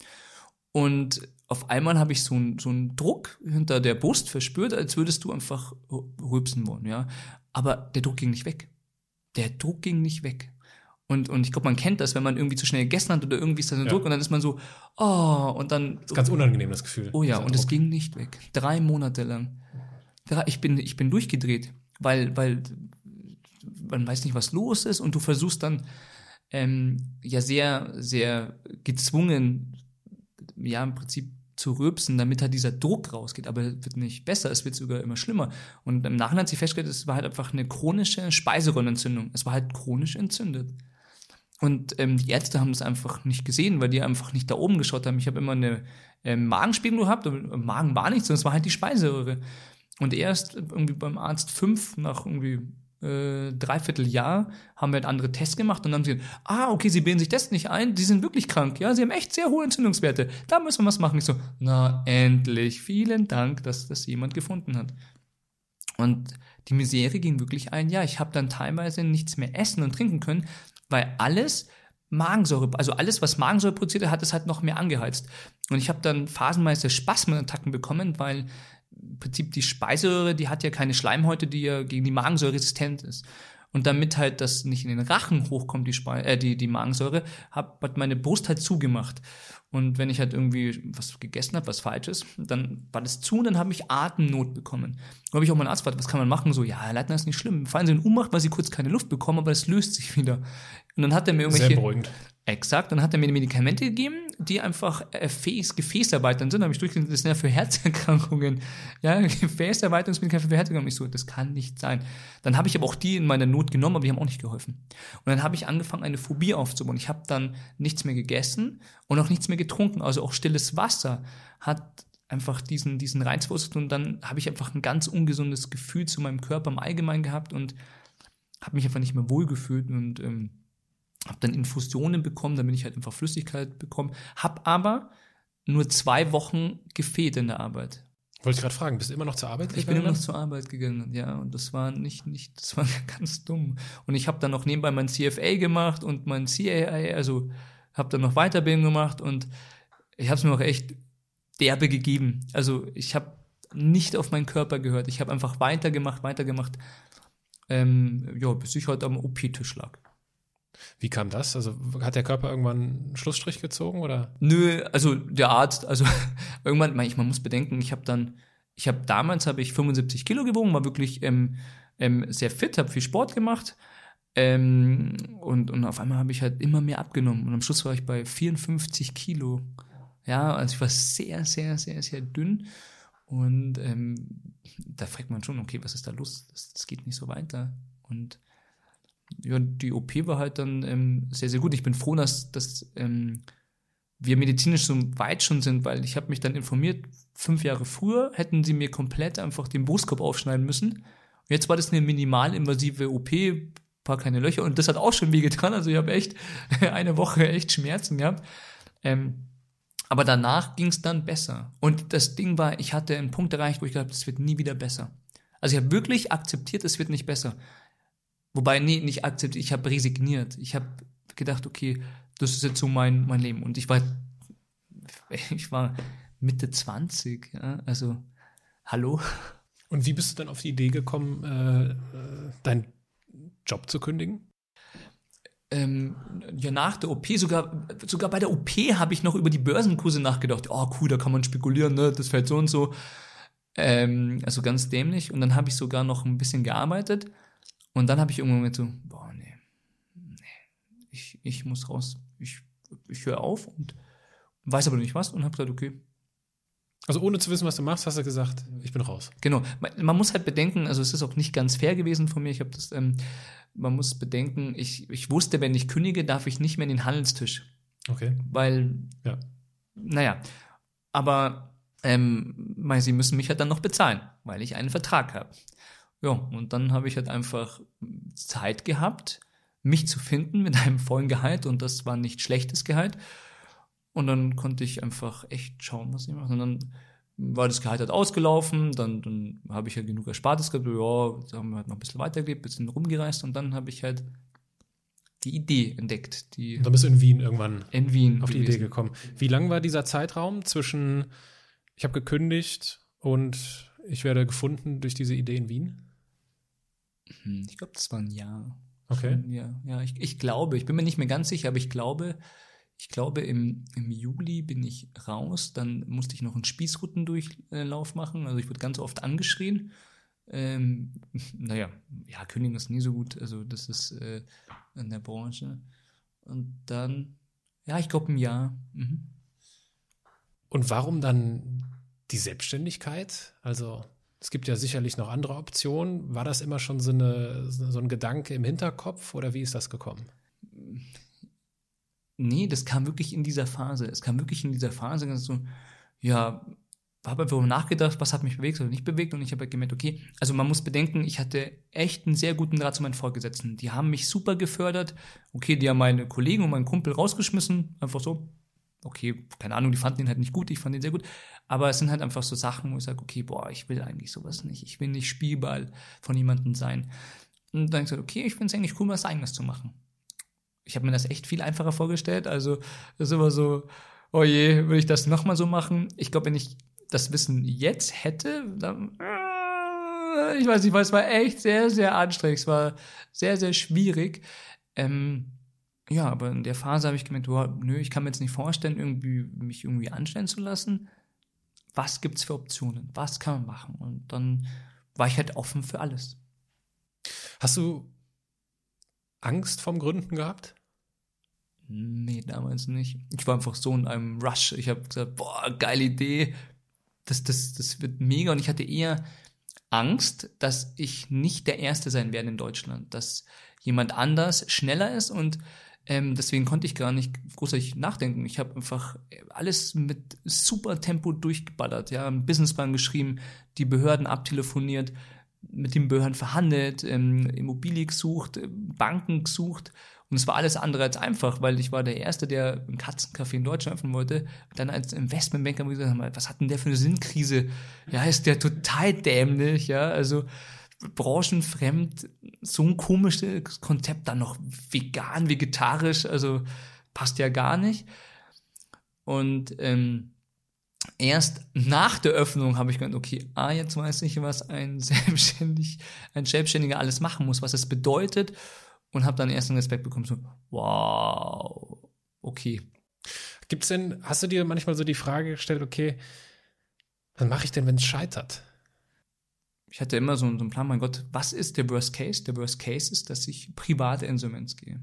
und auf einmal habe ich so einen so einen Druck hinter der Brust verspürt, als würdest du einfach rülpsen wollen, ja. Aber der Druck ging nicht weg. Der Druck ging nicht weg. Und, und ich glaube, man kennt das, wenn man irgendwie zu schnell gegessen hat oder irgendwie ist da so ein ja. Druck und dann ist man so, oh, und dann. Das ist ganz unangenehm, das Gefühl. Oh ja, und es ging nicht weg. Drei Monate lang. Ich bin, ich bin durchgedreht, weil, weil man weiß nicht, was los ist und du versuchst dann ähm, ja sehr, sehr gezwungen, ja im Prinzip zu rülpsen, damit halt dieser Druck rausgeht. Aber es wird nicht besser, es wird sogar immer schlimmer. Und im Nachhinein hat sich festgestellt, es war halt einfach eine chronische Speiseröhrenentzündung. Es war halt chronisch entzündet. Und ähm, die Ärzte haben das einfach nicht gesehen, weil die einfach nicht da oben geschaut haben. Ich habe immer eine ähm, Magenspiegelung gehabt, aber im Magen war nichts, sondern es war halt die Speiseröhre. Und erst irgendwie beim Arzt fünf, nach irgendwie äh, dreiviertel Jahr, haben wir halt andere Tests gemacht und dann haben sie gesagt, ah, okay, sie bilden sich das nicht ein, sie sind wirklich krank, ja, sie haben echt sehr hohe Entzündungswerte, da müssen wir was machen. Ich so, na, endlich, vielen Dank, dass das jemand gefunden hat. Und die Misere ging wirklich ein Jahr. Ich habe dann teilweise nichts mehr essen und trinken können, weil alles Magensäure, also alles, was Magensäure produzierte, hat es halt noch mehr angeheizt. Und ich habe dann phasenweise Spasmenattacken bekommen, weil im Prinzip die Speiseröhre, die hat ja keine Schleimhäute, die ja gegen die Magensäure resistent ist. Und damit halt das nicht in den Rachen hochkommt, die, Spe- äh, die, die Magensäure, hab, hat meine Brust halt zugemacht. Und wenn ich halt irgendwie was gegessen habe, was Falsches, dann war das zu und dann habe ich Atemnot bekommen. Da habe ich auch meinen Arzt gefragt, was kann man machen? So, ja, Leitner, ist nicht schlimm. Fallen Sie in Ohnmacht, weil Sie kurz keine Luft bekommen, aber es löst sich wieder. Und dann hat er mir irgendwelche... Sehr beruhigend. Exakt, dann hat er mir Medikamente gegeben, die einfach äh, Gefäß, Gefäßerweiternd sind, habe ich durchgelesen, das sind ja für Herzerkrankungen. Ja, Gefäßerweiterungsmedikamente für Herzerkrankungen. Ich so, das kann nicht sein. Dann habe ich aber auch die in meiner Not genommen, aber die haben auch nicht geholfen. Und dann habe ich angefangen, eine Phobie aufzubauen. Ich habe dann nichts mehr gegessen und auch nichts mehr getrunken. Also auch stilles Wasser hat einfach diesen, diesen Reiz verursacht. Und dann habe ich einfach ein ganz ungesundes Gefühl zu meinem Körper im Allgemeinen gehabt und habe mich einfach nicht mehr wohlgefühlt und ähm, habe dann Infusionen bekommen, damit ich halt einfach Flüssigkeit bekomme. Habe aber nur zwei Wochen gefehlt in der Arbeit. Wollte ich gerade fragen, bist du immer noch zur Arbeit gegangen? Ich bin immer noch zur Arbeit gegangen, ja. Und das war nicht, nicht, das war ganz dumm. Und ich habe dann noch nebenbei mein C F A gemacht und mein C A A, also habe dann noch Weiterbildung gemacht und ich habe es mir auch echt derbe gegeben. Also ich habe nicht auf meinen Körper gehört. Ich habe einfach weitergemacht, weitergemacht, ähm, ja, bis ich halt am O P-Tisch lag. Wie kam das? Also hat der Körper irgendwann einen Schlussstrich gezogen oder? Nö, also der Arzt, also irgendwann, man, man muss bedenken, ich habe dann, ich habe damals habe ich fünfundsiebzig Kilo gewogen, war wirklich ähm, ähm, sehr fit, habe viel Sport gemacht ähm, und und auf einmal habe ich halt immer mehr abgenommen und am Schluss war ich bei vierundfünfzig Kilo. Ja, also ich war sehr, sehr, sehr, sehr dünn und ähm, da fragt man schon, okay, was ist da los? Das, das geht nicht so weiter und ja, die O P war halt dann ähm, sehr, sehr gut. Ich bin froh, dass, dass ähm, wir medizinisch so weit schon sind, weil ich habe mich dann informiert, fünf Jahre früher hätten sie mir komplett einfach den Brustkorb aufschneiden müssen. Und jetzt war das eine minimalinvasive O P, paar kleine Löcher und das hat auch schon wehgetan. Also ich habe echt eine Woche echt Schmerzen gehabt. Ähm, aber danach ging es dann besser. Und das Ding war, ich hatte einen Punkt erreicht, wo ich gedacht habe, es wird nie wieder besser. Also ich habe wirklich akzeptiert, es wird nicht besser. Wobei, nee, nicht akzeptiert, ich habe resigniert. Ich habe gedacht, okay, das ist jetzt so mein, mein Leben. Und ich war, ich war Mitte zwanzig, ja, also, hallo. Und wie bist du dann auf die Idee gekommen, äh, deinen Job zu kündigen? Ähm, ja, nach der O P, sogar, sogar bei der O P habe ich noch über die Börsenkurse nachgedacht. Oh, cool, da kann man spekulieren, ne, das fällt so und so. Ähm, also ganz dämlich. Und dann habe ich sogar noch ein bisschen gearbeitet. Und dann habe ich irgendwann gesagt so, boah, nee, nee, ich, ich muss raus. Ich, ich höre auf und weiß aber nicht was und habe gesagt, okay. Also ohne zu wissen, was du machst, hast du gesagt, ich bin raus. Genau. Man, man muss halt bedenken, also es ist auch nicht ganz fair gewesen von mir. Ich habe das, ähm, man muss bedenken, ich, ich wusste, wenn ich kündige, darf ich nicht mehr in den Handelstisch. Okay. Weil, ja. naja, aber ähm, weil sie müssen mich halt dann noch bezahlen, weil ich einen Vertrag habe. Ja, und dann habe ich halt einfach Zeit gehabt, mich zu finden mit einem vollen Gehalt und das war nicht schlechtes Gehalt. Und dann konnte ich einfach echt schauen, was ich mache. Und dann war das Gehalt halt ausgelaufen, dann, dann habe ich halt genug Erspartes gehabt, ja, da haben wir halt noch ein bisschen weitergelebt, ein bisschen rumgereist und dann habe ich halt die Idee entdeckt. Die und dann bist du in Wien irgendwann in Wien auf die gewesen. Idee gekommen. Wie lang war dieser Zeitraum zwischen, ich habe gekündigt und ich werde gefunden durch diese Idee in Wien? Ich glaube, das war ein Jahr. Okay. Schon, ja, ja ich, ich glaube, ich bin mir nicht mehr ganz sicher, aber ich glaube, ich glaube, im, im Juli bin ich raus. Dann musste ich noch einen Spießrutendurchlauf machen. Also ich wurde ganz oft angeschrien. Ähm, naja, ja, kündigen ist nie so gut. Also das ist äh, in der Branche. Und dann, ja, ich glaube ein Jahr. Mhm. Und warum dann die Selbstständigkeit? Also es gibt ja sicherlich noch andere Optionen. War das immer schon so, eine, so ein Gedanke im Hinterkopf oder wie ist das gekommen? Nee, das kam wirklich in dieser Phase. Es kam wirklich in dieser Phase, ganz so, ja, habe einfach nachgedacht, was hat mich bewegt oder nicht bewegt und ich habe halt gemerkt, okay, also man muss bedenken, ich hatte echt einen sehr guten Draht zu meinen Vorgesetzten. Die haben mich super gefördert. Okay, die haben meine Kollegen und meinen Kumpel rausgeschmissen, einfach so. Okay, keine Ahnung, die fanden ihn halt nicht gut, ich fand ihn sehr gut. Aber es sind halt einfach so Sachen, wo ich sage, okay, boah, ich will eigentlich sowas nicht. Ich will nicht Spielball von jemandem sein. Und dann habe ich gesagt, okay, ich finde es eigentlich cool, was Eigenes zu machen. Ich habe mir das echt viel einfacher vorgestellt. Also das ist immer so, oh je, würde ich das nochmal so machen? Ich glaube, wenn ich das Wissen jetzt hätte, dann, äh, ich weiß nicht, weil es war echt sehr, sehr anstrengend. Es war sehr, sehr schwierig. Ähm, ja, aber in der Phase habe ich gemerkt, oh, nö, ich kann mir jetzt nicht vorstellen, irgendwie mich irgendwie anstellen zu lassen. Was gibt's für Optionen? Was kann man machen? Und dann war ich halt offen für alles. Hast du Angst vorm Gründen gehabt? Nee, damals nicht. Ich war einfach so in einem Rush. Ich habe gesagt, boah, geile Idee. Das, das, das wird mega. Und ich hatte eher Angst, dass ich nicht der Erste sein werde in Deutschland. Dass jemand anders schneller ist und ähm, deswegen konnte ich gar nicht großartig nachdenken. Ich habe einfach alles mit super Tempo durchgeballert. Ja, einen Businessplan geschrieben, die Behörden abtelefoniert, mit den Behörden verhandelt, ähm, Immobilie gesucht, Banken gesucht. Und es war alles andere als einfach, weil ich war der Erste, der einen Katzencafé in Deutschland öffnen wollte. Dann als Investmentbanker habe ich gesagt, was hat denn der für eine Sinnkrise? Ja, ist der total dämlich, ja, also branchenfremd, so ein komisches Konzept, dann noch vegan, vegetarisch, also passt ja gar nicht. Und ähm, erst nach der Öffnung habe ich gedacht, okay, ah, jetzt weiß ich, was ein Selbstständig, ein Selbstständiger alles machen muss, was es bedeutet. Und habe dann erst einen Respekt bekommen, so, wow, okay. Gibt's denn, hast du dir manchmal so die Frage gestellt, okay, was mache ich denn, wenn es scheitert? Ich hatte immer so, so einen Plan, mein Gott, was ist der Worst Case? Der Worst Case ist, dass ich private Insolvenz gehe.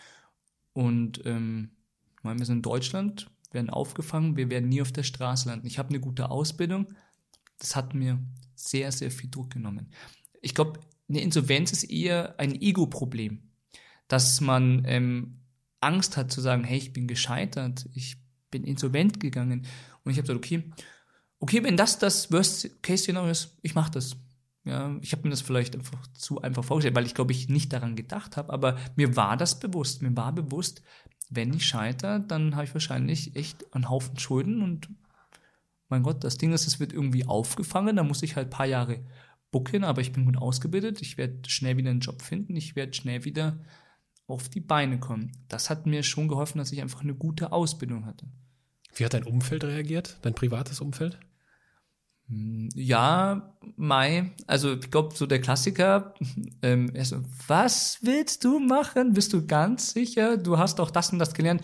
Und ähm, ich meine, wir sind in Deutschland, werden aufgefangen, wir werden nie auf der Straße landen. Ich habe eine gute Ausbildung, das hat mir sehr, sehr viel Druck genommen. Ich glaube, eine Insolvenz ist eher ein Ego-Problem. Dass man ähm, Angst hat zu sagen, hey, ich bin gescheitert, ich bin insolvent gegangen. Und ich habe gesagt, okay, okay, wenn das das Worst-Case-Szenario ist, ich mache das. Ja, ich habe mir das vielleicht einfach zu einfach vorgestellt, weil ich glaube, ich nicht daran gedacht habe, aber mir war das bewusst. Mir war bewusst, wenn ich scheitere, dann habe ich wahrscheinlich echt einen Haufen Schulden und mein Gott, das Ding ist, es wird irgendwie aufgefangen, da muss ich halt ein paar Jahre buckeln, aber ich bin gut ausgebildet, ich werde schnell wieder einen Job finden, ich werde schnell wieder auf die Beine kommen. Das hat mir schon geholfen, dass ich einfach eine gute Ausbildung hatte. Wie hat dein Umfeld reagiert, dein privates Umfeld? Ja, Mai, also ich glaube, so der Klassiker, ähm, er so, was willst du machen? Bist du ganz sicher? Du hast doch das und das gelernt.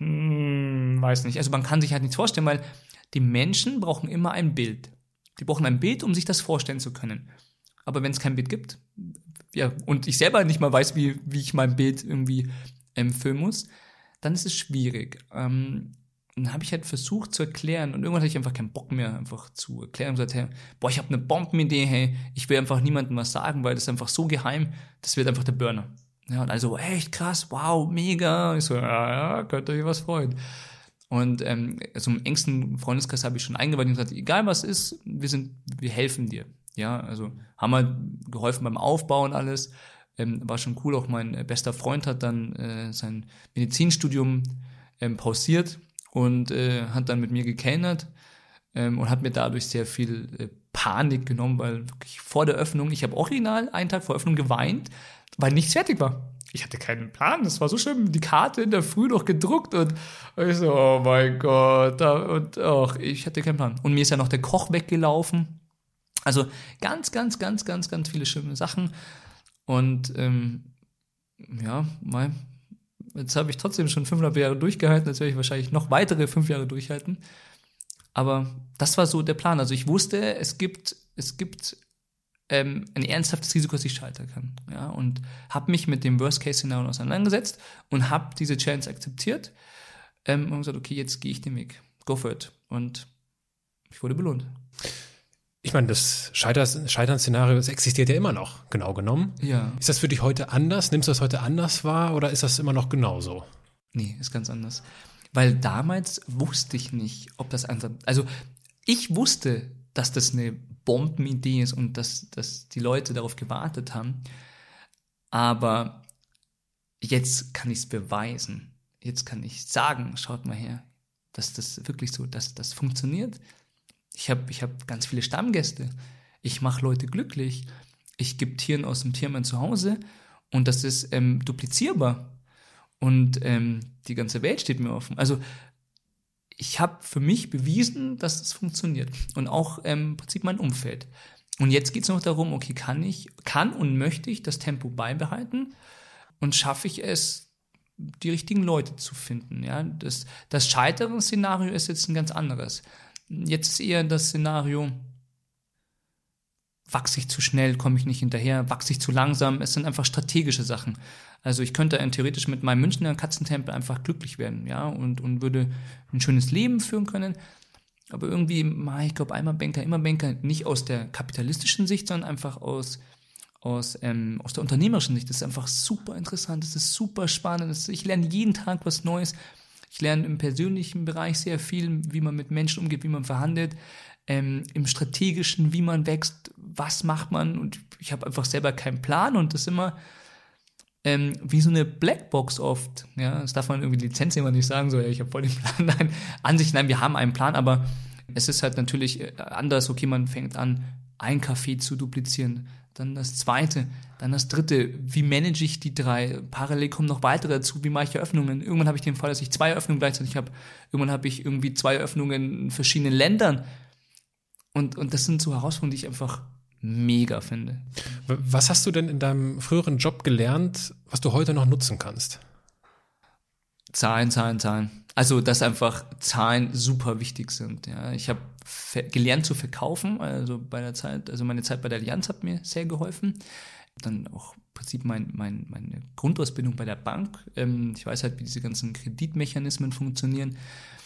Hm, weiß nicht. Also man kann sich halt nichts vorstellen, weil die Menschen brauchen immer ein Bild. Die brauchen ein Bild, um sich das vorstellen zu können. Aber wenn es kein Bild gibt, ja, und ich selber nicht mal weiß, wie, wie ich mein Bild irgendwie ähm, füllen muss, dann ist es schwierig. Ähm, dann habe ich halt versucht zu erklären und irgendwann hatte ich einfach keinen Bock mehr, einfach zu erklären und gesagt, hey, boah, ich habe eine Bombenidee, hey, ich will einfach niemandem was sagen, weil das ist einfach so geheim, das wird einfach der Burner. Ja, und also, echt krass, wow, mega. Und ich so, ja, ja, könnt ihr euch was freuen. Und ähm, also im engsten Freundeskreis habe ich schon eingeweiht und gesagt, egal was ist, wir sind, wir helfen dir. Ja, also haben wir geholfen beim Aufbau und alles. Ähm, war schon cool, auch mein bester Freund hat dann äh, sein Medizinstudium ähm, pausiert und äh, hat dann mit mir gekellnert ähm, und hat mir dadurch sehr viel äh, Panik genommen, weil wirklich vor der Öffnung, ich habe original einen Tag vor Öffnung geweint, weil nichts fertig war. Ich hatte keinen Plan, das war so schlimm, die Karte in der Früh noch gedruckt und ich so, oh mein Gott, und ach, ich hatte keinen Plan. Und mir ist ja noch der Koch weggelaufen. Also ganz, ganz, ganz, ganz, ganz viele schlimme Sachen. Und ähm, ja, mal, jetzt habe ich trotzdem schon fünfeinhalb Jahre durchgehalten, jetzt werde ich wahrscheinlich noch weitere fünf Jahre durchhalten. Aber das war so der Plan. Also ich wusste, es gibt, es gibt ähm, ein ernsthaftes Risiko, dass ich scheitern kann. Ja, und habe mich mit dem Worst-Case-Szenario auseinandergesetzt und habe diese Challenge akzeptiert ähm, und gesagt, okay, jetzt gehe ich den Weg. Go for it. Und ich wurde belohnt. Ich meine, das Scheitern-Szenario, das existiert ja immer noch, genau genommen. Ja. Ist das für dich heute anders? Nimmst du das heute anders wahr oder ist das immer noch genauso? Nee, ist ganz anders. Weil damals wusste ich nicht, ob das einfach, also ich wusste, dass das eine Bombenidee ist und dass, dass die Leute darauf gewartet haben. Aber jetzt kann ich es beweisen. Jetzt kann ich sagen, schaut mal her, dass das wirklich so, dass das funktioniert. Ich habe ich hab ganz viele Stammgäste. Ich mache Leute glücklich. Ich gebe Tieren aus dem Tierheim zu Hause und das ist ähm, duplizierbar. Und ähm, die ganze Welt steht mir offen. Also ich habe für mich bewiesen, dass das funktioniert. Und auch ähm, im Prinzip mein Umfeld. Und jetzt geht es noch darum, okay, kann ich, kann und möchte ich das Tempo beibehalten? Und schaffe ich es, die richtigen Leute zu finden? Ja? Das, das Scheitern-Szenario ist jetzt ein ganz anderes. Jetzt ist eher das Szenario, wachse ich zu schnell, komme ich nicht hinterher, wachse ich zu langsam. Es sind einfach strategische Sachen. Also ich könnte theoretisch mit meinem Münchner Katzentempel einfach glücklich werden, ja, und, und würde ein schönes Leben führen können. Aber irgendwie, ich glaube, einmal Banker, immer Banker, nicht aus der kapitalistischen Sicht, sondern einfach aus, aus, ähm, aus der unternehmerischen Sicht. Das ist einfach super interessant, das ist super spannend. Das ist, ich lerne jeden Tag was Neues. Ich lerne im persönlichen Bereich sehr viel, wie man mit Menschen umgeht, wie man verhandelt. Ähm, im strategischen, wie man wächst, was macht man. Und ich habe einfach selber keinen Plan und das ist immer ähm, wie so eine Blackbox oft. Ja, das darf man irgendwie Lizenz immer nicht sagen, so, ja, ich habe voll den Plan. Nein, an sich, nein, wir haben einen Plan, aber es ist halt natürlich anders. Okay, man fängt an, ein Café zu duplizieren, dann das zweite, dann das dritte. Wie manage ich die drei? Parallel kommen noch weitere dazu. Wie mache ich Eröffnungen? Irgendwann habe ich den Fall, dass ich zwei Eröffnungen gleichzeitig habe. Irgendwann habe ich irgendwie zwei Eröffnungen in verschiedenen Ländern. Und, und das sind so Herausforderungen, die ich einfach mega finde. Was hast du denn in deinem früheren Job gelernt, was du heute noch nutzen kannst? Zahlen, Zahlen, Zahlen. Also, dass einfach Zahlen super wichtig sind. Ja, ich habe ver- gelernt zu verkaufen, also bei der Zeit, also meine Zeit bei der Allianz hat mir sehr geholfen. Dann auch im Prinzip mein, mein, meine Grundausbildung bei der Bank. Ähm, ich weiß halt, wie diese ganzen Kreditmechanismen funktionieren.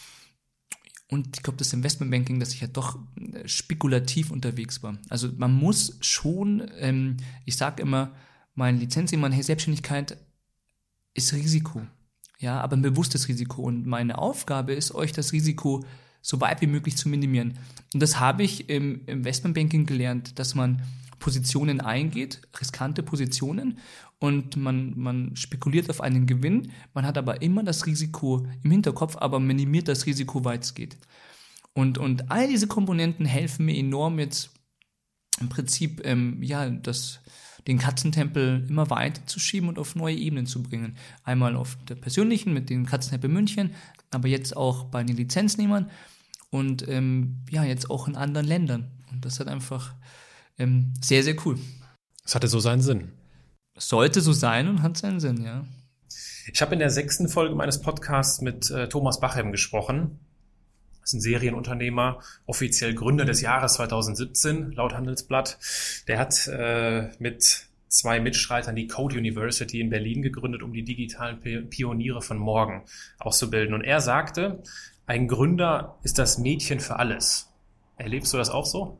Und ich glaube, das Investmentbanking, dass ich ja doch spekulativ unterwegs war. Also man muss schon, ähm, ich sage immer, mein Lizenzmann, hey, Selbstständigkeit ist Risiko. Ja, aber ein bewusstes Risiko. Und meine Aufgabe ist, euch das Risiko so weit wie möglich zu minimieren. Und das habe ich im Investmentbanking gelernt, dass man Positionen eingeht, riskante Positionen, und man, man spekuliert auf einen Gewinn, man hat aber immer das Risiko im Hinterkopf, aber minimiert das Risiko, weit es geht. Und, und all diese Komponenten helfen mir enorm jetzt im Prinzip, ähm, ja, das, den Katzentempel immer weiter zu schieben und auf neue Ebenen zu bringen. Einmal auf der persönlichen mit dem Katzentempel München, aber jetzt auch bei den Lizenznehmern und ähm, ja, jetzt auch in anderen Ländern. Und das hat einfach ähm, sehr, sehr cool. Es hatte so seinen Sinn. Sollte so sein und hat seinen Sinn, ja. Ich habe in der sechsten Folge meines Podcasts mit äh, Thomas Bachem gesprochen. Das ist ein Serienunternehmer, offiziell Gründer des Jahres zweitausendsiebzehn, laut Handelsblatt. Der hat äh, mit zwei Mitstreitern die Code University in Berlin gegründet, um die digitalen Pioniere von morgen auszubilden. Und er sagte, ein Gründer ist das Mädchen für alles. Erlebst du das auch so?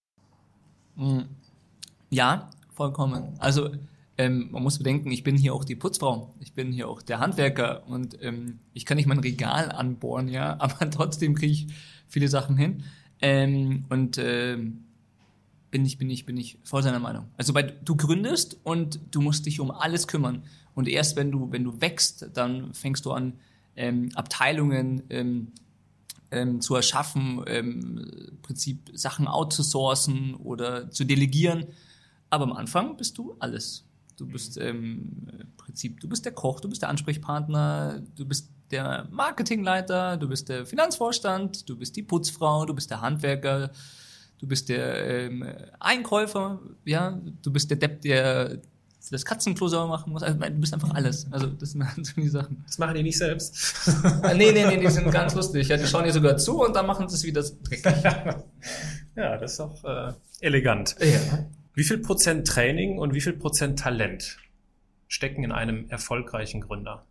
Ja, vollkommen. Also ähm, man muss bedenken, ich bin hier auch die Putzfrau, ich bin hier auch der Handwerker und ähm, ich kann nicht mein Regal anbohren, ja, aber trotzdem kriege ich viele Sachen hin ähm, und ähm, bin ich bin ich bin ich voll seiner Meinung. Also weil du gründest und du musst dich um alles kümmern und erst wenn du wenn du wächst, dann fängst du an ähm, Abteilungen ähm, ähm, zu erschaffen, ähm, im Prinzip Sachen outzusourcen oder zu delegieren. Aber am Anfang bist du alles. Du bist ähm, im Prinzip, du bist der Koch, du bist der Ansprechpartner, du bist der Marketingleiter, du bist der Finanzvorstand, du bist die Putzfrau, du bist der Handwerker, du bist der ähm, Einkäufer, ja, du bist der Depp, der das Katzenklo sauber machen muss. Also, du bist einfach alles. Also das sind halt so die Sachen. Das machen die nicht selbst. nee, nee, nee, die sind ganz lustig. Ja, die schauen dir sogar zu und dann machen sie es wieder dreckig. Ja, das ist auch äh, elegant. Ja. Wie viel Prozent Training und wie viel Prozent Talent stecken in einem erfolgreichen Gründer?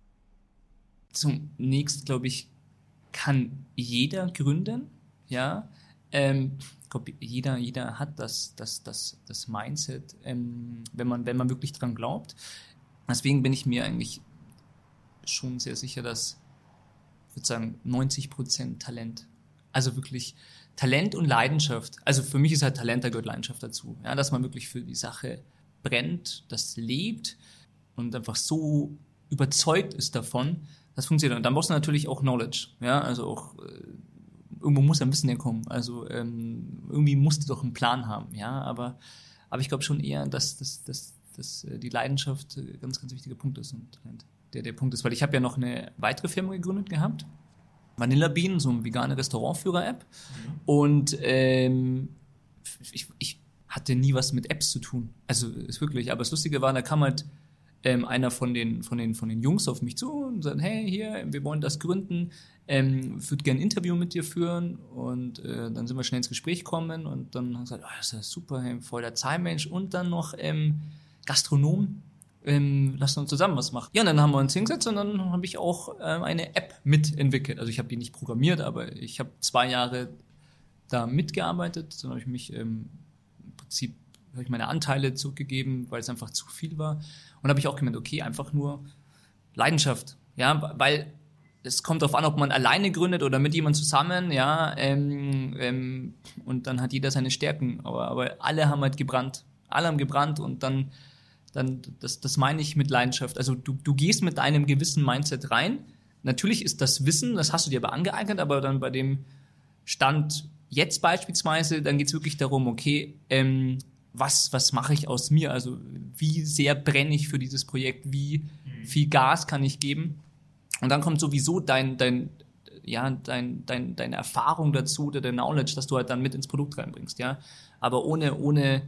Zunächst, glaube ich, kann jeder gründen, ja. Ähm, ich glaube, jeder, jeder hat das, das, das, das Mindset, ähm, wenn man, wenn man wirklich dran glaubt. Deswegen bin ich mir eigentlich schon sehr sicher, dass, ich würde sagen, neunzig Prozent Talent, also wirklich Talent und Leidenschaft. Also für mich ist halt Talent, da gehört Leidenschaft dazu. Ja, dass man wirklich für die Sache brennt, das lebt und einfach so überzeugt ist davon, das funktioniert. Und dann brauchst du natürlich auch Knowledge. Ja, also auch äh, irgendwo muss ein Wissen herkommen. Also ähm, irgendwie musst du doch einen Plan haben. Ja, aber aber ich glaube schon eher, dass, dass, dass, dass die Leidenschaft ein ganz, ganz wichtiger Punkt ist und der der Punkt ist, weil ich habe ja noch eine weitere Firma gegründet gehabt. Vanilla Bean, so eine vegane Restaurantführer-App. Mhm. Und ähm, ich, ich hatte nie was mit Apps zu tun. Also ist wirklich. Aber das Lustige war, da kam halt ähm, einer von den von den von den Jungs auf mich zu und sagt, hey, hier, wir wollen das gründen. Ähm, ich würde gerne ein Interview mit dir führen. Und äh, dann sind wir schnell ins Gespräch gekommen und dann haben wir gesagt, oh, das ist ja super, hey, voll der Zahlmensch und dann noch ähm, Gastronom. ähm, lass uns zusammen was machen. Ja, und dann haben wir uns hingesetzt und dann habe ich auch ähm, eine App mitentwickelt. Also ich habe die nicht programmiert, aber ich habe zwei Jahre da mitgearbeitet. Dann habe ich mich ähm, im Prinzip habe ich meine Anteile zurückgegeben, weil es einfach zu viel war. Und habe ich auch gemeint, okay, einfach nur Leidenschaft. Ja, weil es kommt darauf an, ob man alleine gründet oder mit jemandem zusammen, ja, ähm, ähm, und dann hat jeder seine Stärken. Aber, aber alle haben halt gebrannt. Alle haben gebrannt und dann, dann das, das meine ich mit Leidenschaft. Also du, du gehst mit einem gewissen Mindset rein. Natürlich ist das Wissen, das hast du dir aber angeeignet, aber dann bei dem Stand jetzt beispielsweise, dann geht es wirklich darum, okay, ähm, was, was mache ich aus mir? Also wie sehr brenne ich für dieses Projekt? Wie viel Gas kann ich geben? Und dann kommt sowieso dein, dein, ja, dein, dein, deine Erfahrung dazu oder dein Knowledge, das du halt dann mit ins Produkt reinbringst, ja. Aber ohne, ohne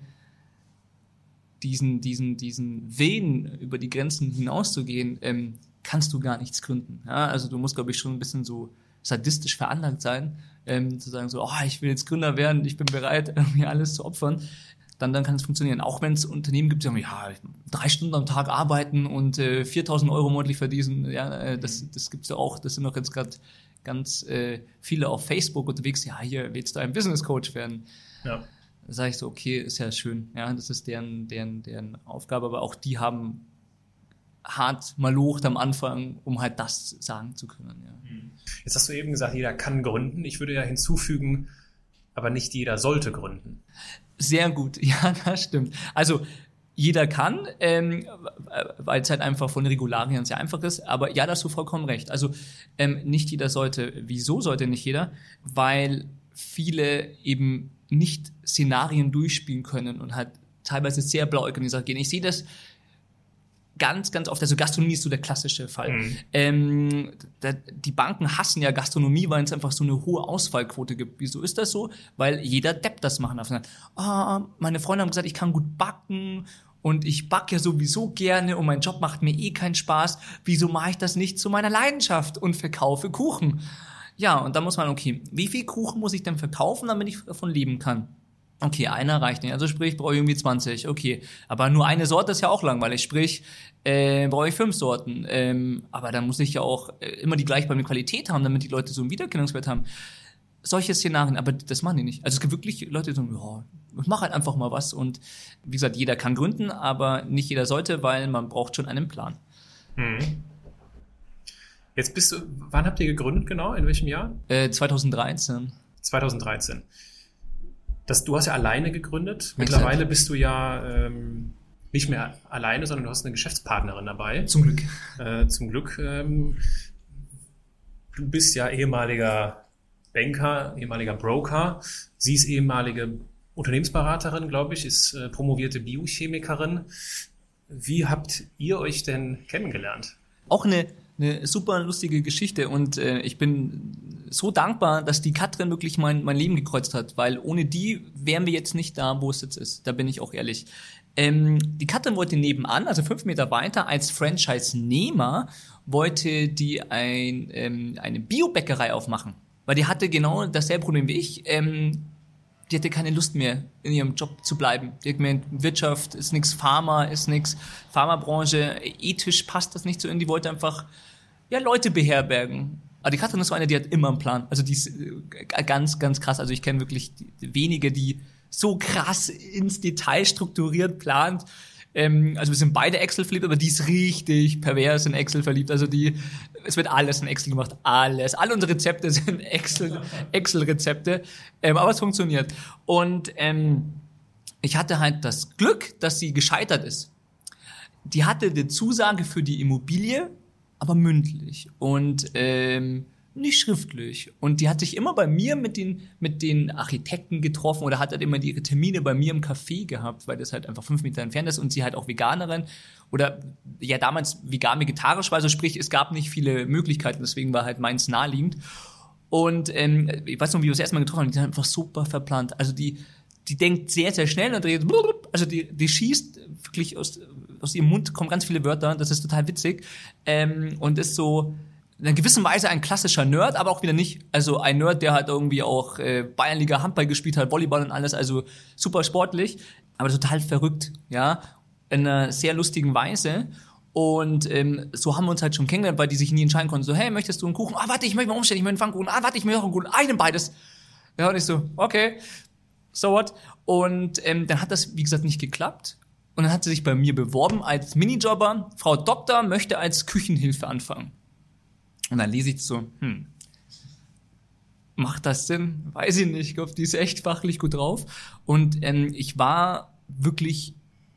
diesen, diesen, diesen Willen über die Grenzen hinauszugehen, ähm, kannst du gar nichts gründen. Ja? Also du musst, glaube ich, schon ein bisschen so sadistisch veranlagt sein, ähm, zu sagen so, oh, ich will jetzt Gründer werden, ich bin bereit, irgendwie alles zu opfern. Dann, dann kann es funktionieren. Auch wenn es Unternehmen gibt, die sagen, ja, drei Stunden am Tag arbeiten und äh, viertausend Euro monatlich verdienen, ja, äh, das, das gibt's ja auch. Das sind doch jetzt gerade ganz äh, viele auf Facebook unterwegs. Ja, hier willst du ein Business Coach werden. Ja. Da sage ich so, okay, ist ja schön. Ja, das ist deren, deren, deren Aufgabe. Aber auch die haben hart malocht am Anfang, um halt das sagen zu können. Ja. Jetzt hast du eben gesagt, jeder kann gründen. Ich würde ja hinzufügen, aber nicht jeder sollte gründen. Sehr gut, ja, das stimmt. Also jeder kann, ähm, weil es halt einfach von Regularien sehr einfach ist, aber ja, da hast du vollkommen recht. Also ähm, nicht jeder sollte. Wieso sollte nicht jeder? Weil viele eben nicht Szenarien durchspielen können und halt teilweise sehr blauäugig gehen. Ich sehe das ganz, ganz oft, also Gastronomie ist so der klassische Fall. Mhm. Ähm, da, die Banken hassen ja Gastronomie, weil es einfach so eine hohe Ausfallquote gibt. Wieso ist das so? Weil jeder Depp das machen darf. Ah, meine Freunde haben gesagt, ich kann gut backen und ich backe ja sowieso gerne und mein Job macht mir eh keinen Spaß. Wieso mache ich das nicht zu meiner Leidenschaft und verkaufe Kuchen? Ja, und da muss man, okay, wie viel Kuchen muss ich denn verkaufen, damit ich davon leben kann? Okay, einer reicht nicht. Also sprich, brauche ich irgendwie zwanzig. Okay, aber nur eine Sorte ist ja auch langweilig. Sprich, äh, brauche ich fünf Sorten. Ähm, aber dann muss ich ja auch äh, immer die gleichbleibende Qualität haben, damit die Leute so einen Wiedererkennungswert haben. Solche Szenarien, aber das machen die nicht. Also es gibt wirklich Leute, die sagen, ja, ich mache halt einfach mal was. Und wie gesagt, jeder kann gründen, aber nicht jeder sollte, weil man braucht schon einen Plan. Hm. Jetzt bist du, wann habt ihr gegründet genau? In welchem Jahr? Äh, zweitausenddreizehn. zweitausenddreizehn. Das, du hast ja alleine gegründet. Mittlerweile Exakt. Bist du ja ähm, nicht mehr alleine, sondern du hast eine Geschäftspartnerin dabei. Zum Glück. Äh, zum Glück. Ähm, du bist ja ehemaliger Banker, ehemaliger Broker. Sie ist ehemalige Unternehmensberaterin, glaube ich, ist äh, promovierte Biochemikerin. Wie habt ihr euch denn kennengelernt? Auch eine Eine super lustige Geschichte und äh, ich bin so dankbar, dass die Katrin wirklich mein, mein Leben gekreuzt hat, weil ohne die wären wir jetzt nicht da, wo es jetzt ist. Da bin ich auch ehrlich. Ähm, die Katrin wollte nebenan, also fünf Meter weiter, als Franchise-Nehmer, wollte die ein, ähm, eine Biobäckerei aufmachen. Weil die hatte genau dasselbe Problem wie ich. Ähm, die hatte keine Lust mehr, in ihrem Job zu bleiben. Die hat gemeint, Wirtschaft ist nix, Pharma ist nix, Pharmabranche, ethisch passt das nicht so in. Die wollte einfach, ja, Leute beherbergen. Aber die Katrin ist so eine, die hat immer einen Plan. Also die ist ganz, ganz krass. Also ich kenne wirklich wenige, die so krass ins Detail strukturiert plant. Ähm, also wir sind beide Excel verliebt, aber die ist richtig pervers in Excel verliebt. Also die, es wird alles in Excel gemacht, alles. Alle unsere Rezepte sind Excel, Excel-Rezepte, ähm, aber es funktioniert. Und ähm, ich hatte halt das Glück, dass sie gescheitert ist. Die hatte die Zusage für die Immobilie, aber mündlich und ähm, nicht schriftlich. Und die hat sich immer bei mir mit den mit den Architekten getroffen oder hat halt immer ihre Termine bei mir im Café gehabt, weil das halt einfach fünf Meter entfernt ist und sie halt auch Veganerin oder ja damals vegan vegetarisch war, also sprich, es gab nicht viele Möglichkeiten, deswegen war halt meins naheliegend. Und ähm, ich weiß noch, wie wir das erste Mal getroffen haben, die sind einfach super verplant. Also die die denkt sehr, sehr schnell und dreht, also die, die schießt wirklich aus, aus ihrem Mund kommen ganz viele Wörter, das ist total witzig, ähm, und ist so in einer gewissen Weise ein klassischer Nerd, aber auch wieder nicht. Also ein Nerd, der halt irgendwie auch äh, Bayernliga Handball gespielt hat, Volleyball und alles, also super sportlich, aber total verrückt, ja. in einer sehr lustigen Weise. Und ähm, so haben wir uns halt schon kennengelernt, weil die sich nie entscheiden konnten. So, hey, möchtest du einen Kuchen? Ah, warte, ich möchte mal umstellen, ich möchte einen Pfannkuchen. Ah, warte, ich möchte auch einen Kuchen. Einen beides. Ja, und ich so, okay, so what? Und ähm, dann hat das, wie gesagt, nicht geklappt. Und dann hat sie sich bei mir beworben als Minijobber. Frau Doktor möchte als Küchenhilfe anfangen. Und dann lese ich so, hm, macht das Sinn? Weiß ich nicht. Ich glaube, die ist echt fachlich gut drauf. Und ähm, ich war wirklich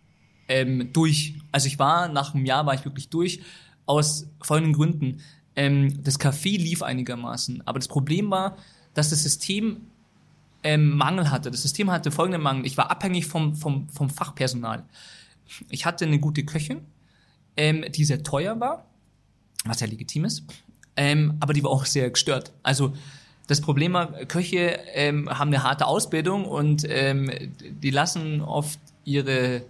ähm, durch. Also ich war, nach einem Jahr war ich wirklich durch. Aus folgenden Gründen. Ähm, das Café lief einigermaßen. Aber das Problem war, dass das System ähm, Mangel hatte. Das System hatte folgenden Mangel. Ich war abhängig vom, vom, vom Fachpersonal. Ich hatte eine gute Köchin, ähm, die sehr teuer war, was ja legitim ist. Ähm, aber die war auch sehr gestört. Also das Problem war, Köche ähm, haben eine harte Ausbildung und ähm, die lassen oft ihre,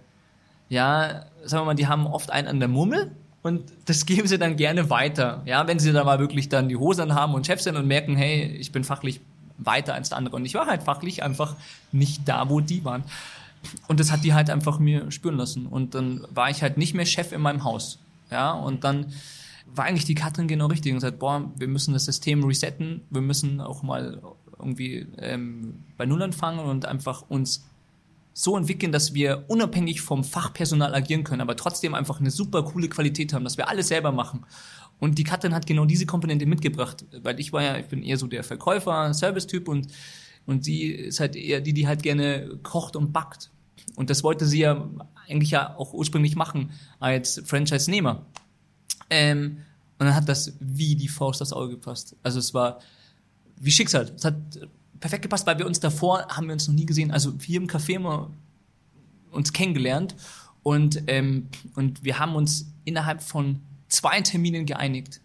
ja, sagen wir mal, die haben oft einen an der Mummel und das geben sie dann gerne weiter. Ja, wenn sie da mal wirklich dann die Hosen haben und Chef sind und merken, hey, ich bin fachlich weiter als der andere. Und ich war halt fachlich einfach nicht da, wo die waren. Und das hat die halt einfach mir spüren lassen. Und dann war ich halt nicht mehr Chef in meinem Haus. Ja, und dann war eigentlich die Katrin genau richtig und sagt, boah, wir müssen das System resetten, wir müssen auch mal irgendwie ähm, bei Null anfangen und einfach uns so entwickeln, dass wir unabhängig vom Fachpersonal agieren können, aber trotzdem einfach eine super coole Qualität haben, dass wir alles selber machen. Und die Katrin hat genau diese Komponente mitgebracht, weil ich war ja, ich bin eher so der Verkäufer, Service-Typ und, und sie ist halt eher die, die halt gerne kocht und backt. Und das wollte sie ja eigentlich ja auch ursprünglich machen als Franchise-Nehmer. Ähm, und dann hat das wie die Faust aufs Auge gepasst. Also es war wie Schicksal. Es hat perfekt gepasst, weil wir uns davor, haben wir uns noch nie gesehen, also hier im Café haben wir uns kennengelernt und, ähm, und wir haben uns innerhalb von zwei Terminen geeinigt.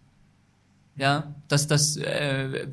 Ja, dass das, äh,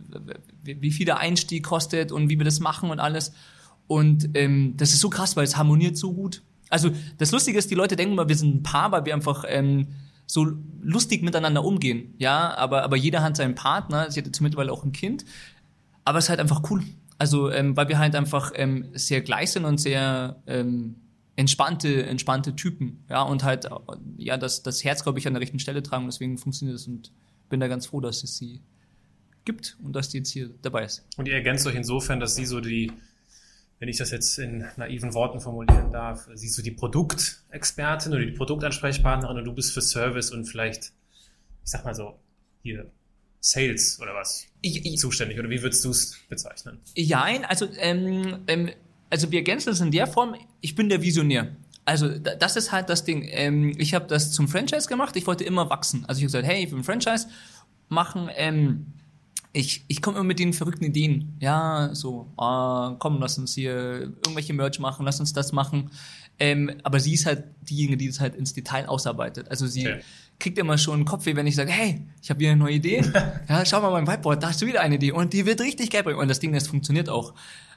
wie viel der Einstieg kostet und wie wir das machen und alles. Und ähm, das ist so krass, weil es harmoniert so gut. Also das Lustige ist, die Leute denken mal, wir sind ein Paar, weil wir einfach ähm, so lustig miteinander umgehen. Ja, aber aber jeder hat seinen Partner. Sie hat jetzt mittlerweile auch ein Kind. Aber es ist halt einfach cool. Also ähm, weil wir halt einfach ähm, sehr gleich sind und sehr ähm, entspannte entspannte Typen. Ja, und halt ja das das Herz, glaube ich, an der rechten Stelle tragen. Deswegen funktioniert es und bin da ganz froh, dass es sie gibt und dass die jetzt hier dabei ist. Und ihr ergänzt euch insofern, dass sie so die, wenn ich das jetzt in naiven Worten formulieren darf, sie ist so die Produktexpertin oder die Produktansprechpartnerin und du bist für Service und vielleicht, ich sag mal so, hier Sales oder was ich, ich, zuständig, oder wie würdest du es bezeichnen? Jein, also ähm, ähm, also wir ergänzen es in der Form, ich bin der Visionär. Also das ist halt das Ding. Ähm, ich habe das zum Franchise gemacht, ich wollte immer wachsen. Also ich habe gesagt, hey, ich will ein Franchise machen, ähm, Ich, ich komme immer mit den verrückten Ideen. Ja, so, ah, komm, lass uns hier irgendwelche Merch machen, lass uns das machen. Ähm, aber sie ist halt diejenige, die das halt ins Detail ausarbeitet. Also sie okay. kriegt immer schon einen Kopfweh, wenn ich sage, hey, ich habe wieder eine neue Idee. Ja, schau mal mein Whiteboard, da hast du wieder eine Idee. Und die wird richtig geil bringen. Und das Ding, das funktioniert auch.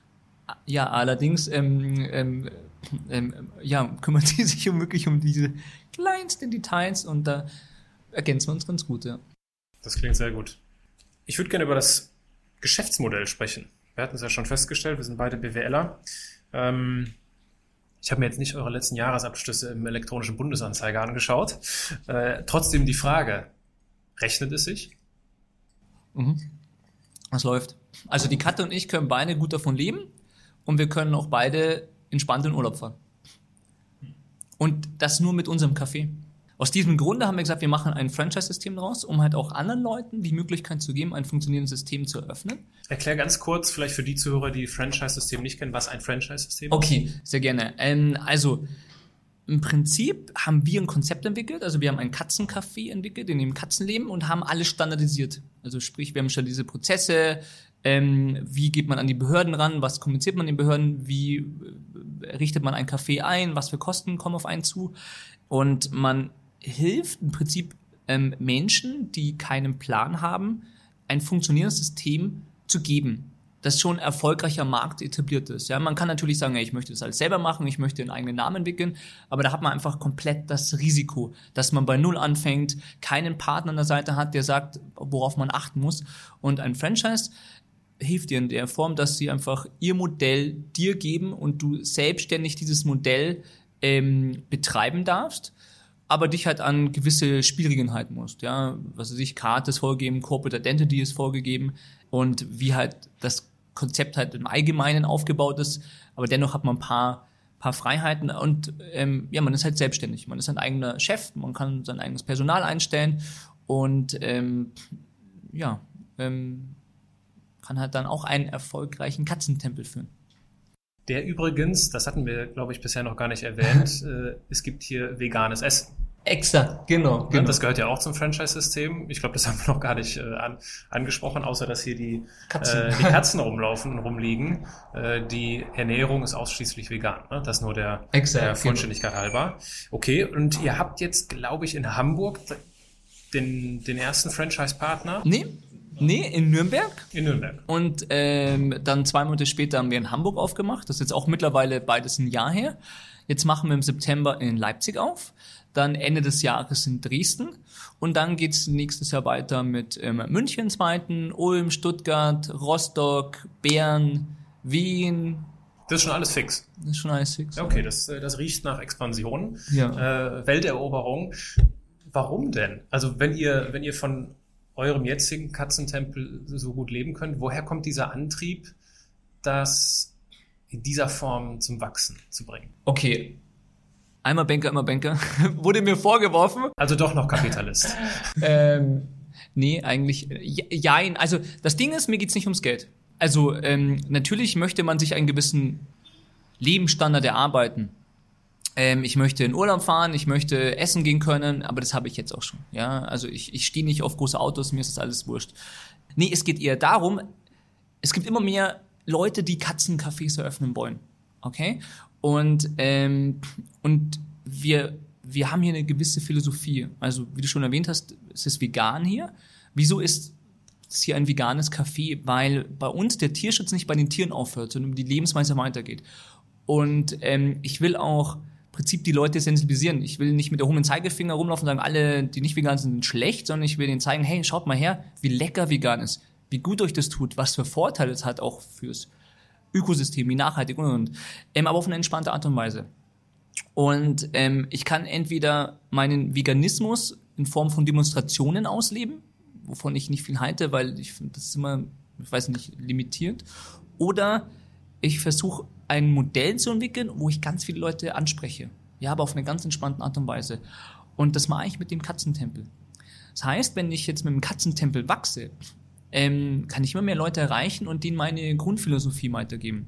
Ja, allerdings, ähm, ähm, ähm, ja, kümmert sie sich um wirklich um diese kleinsten Details und da ergänzen wir uns ganz gut, ja. Das klingt sehr gut. Ich würde gerne über das Geschäftsmodell sprechen. Wir hatten es ja schon festgestellt, wir sind beide BWLer. Ähm, ich habe mir jetzt nicht eure letzten Jahresabschlüsse im elektronischen Bundesanzeiger angeschaut. Äh, trotzdem die Frage, rechnet es sich? Mhm. Das läuft. Also die Katja und ich können beide gut davon leben und wir können auch beide entspannt in Urlaub fahren. Und das nur mit unserem Café. Aus diesem Grunde haben wir gesagt, wir machen ein Franchise-System daraus, um halt auch anderen Leuten die Möglichkeit zu geben, ein funktionierendes System zu eröffnen. Erklär ganz kurz, vielleicht für die Zuhörer, die Franchise-System nicht kennen, was ein Franchise-System ist. Okay, sehr gerne. Ähm, also im Prinzip haben wir ein Konzept entwickelt, also wir haben ein Katzencafé entwickelt, in dem Katzen leben und haben alles standardisiert. Also sprich, wir haben schon diese Prozesse, ähm, wie geht man an die Behörden ran, was kommuniziert man den Behörden, wie richtet man ein Café ein, was für Kosten kommen auf einen zu und man hilft im Prinzip ähm, Menschen, die keinen Plan haben, ein funktionierendes System zu geben, das schon erfolgreicher Markt etabliert ist. Ja, man kann natürlich sagen, ey, ich möchte das alles selber machen, ich möchte einen eigenen Namen entwickeln, aber da hat man einfach komplett das Risiko, dass man bei Null anfängt, keinen Partner an der Seite hat, der sagt, worauf man achten muss. Und ein Franchise hilft dir in der Form, dass sie einfach ihr Modell dir geben und du selbstständig dieses Modell ähm, betreiben darfst, aber dich halt an gewisse Spielregeln halten musst. Ja, was weiß ich, Karte ist vorgegeben, Corporate Identity ist vorgegeben und wie halt das Konzept halt im Allgemeinen aufgebaut ist, aber dennoch hat man ein paar paar Freiheiten und ähm, ja, man ist halt selbstständig. Man ist ein eigener Chef, man kann sein eigenes Personal einstellen und ähm, ja, ähm, kann halt dann auch einen erfolgreichen Katzentempel führen. Der übrigens, das hatten wir, glaube ich, bisher noch gar nicht erwähnt, äh, es gibt hier veganes Essen. Exakt, genau, genau. Das gehört ja auch zum Franchise-System. Ich glaube, das haben wir noch gar nicht äh, an, angesprochen, außer dass hier die Katzen, äh, die Katzen rumlaufen und rumliegen. Äh, die Ernährung ist ausschließlich vegan. Ne? Das nur der, Exakt, der Vollständigkeit genau. halber. Okay, und ihr habt jetzt, glaube ich, in Hamburg den, den ersten Franchise-Partner? Nee. Nee, in Nürnberg. In Nürnberg. Und ähm, dann zwei Monate später haben wir in Hamburg aufgemacht. Das ist jetzt auch mittlerweile beides ein Jahr her. Jetzt machen wir im September in Leipzig auf. Dann Ende des Jahres in Dresden. Und dann geht's nächstes Jahr weiter mit ähm, München zweiten, Ulm, Stuttgart, Rostock, Bern, Wien. Das ist schon alles fix. Das ist schon alles fix. Okay, das, das riecht nach Expansion. Ja. Äh, Welteroberung. Warum denn? Also wenn ihr, wenn ihr von eurem jetzigen Katzentempel so gut leben könnt, woher kommt dieser Antrieb, das in dieser Form zum Wachsen zu bringen? Okay, einmal Banker, immer Banker, wurde mir vorgeworfen. Also doch noch Kapitalist. ähm, nee, eigentlich, jein. Also das Ding ist, mir geht's nicht ums Geld. Also ähm, natürlich möchte man sich einen gewissen Lebensstandard erarbeiten. Ähm, ich möchte in Urlaub fahren, ich möchte essen gehen können, aber das habe ich jetzt auch schon. Ja, also ich, ich stehe nicht auf große Autos, mir ist das alles wurscht. Nee, es geht eher darum, es gibt immer mehr Leute, die Katzencafés eröffnen wollen. Okay? Und, ähm, und wir, wir haben hier eine gewisse Philosophie. Also, wie du schon erwähnt hast, es ist vegan hier. Wieso ist es hier ein veganes Café? Weil bei uns der Tierschutz nicht bei den Tieren aufhört, sondern die Lebensweise weitergeht. Und ähm, ich will auch im Prinzip die Leute sensibilisieren. Ich will nicht mit erhobenem Zeigefinger rumlaufen und sagen, alle, die nicht vegan sind, sind schlecht, sondern ich will denen zeigen, hey, schaut mal her, wie lecker vegan ist, wie gut euch das tut, was für Vorteile es hat auch fürs Ökosystem, wie nachhaltig und, und, und. Ähm, aber auf eine entspannte Art und Weise. Und ähm, ich kann entweder meinen Veganismus in Form von Demonstrationen ausleben, wovon ich nicht viel halte, weil ich finde, das ist immer, ich weiß nicht, limitiert. Oder ich versuche ein Modell zu entwickeln, wo ich ganz viele Leute anspreche. Ja, aber auf eine ganz entspannte Art und Weise. Und das mache ich mit dem Katzentempel. Das heißt, wenn ich jetzt mit dem Katzentempel wachse, ähm, kann ich immer mehr Leute erreichen und denen meine Grundphilosophie weitergeben.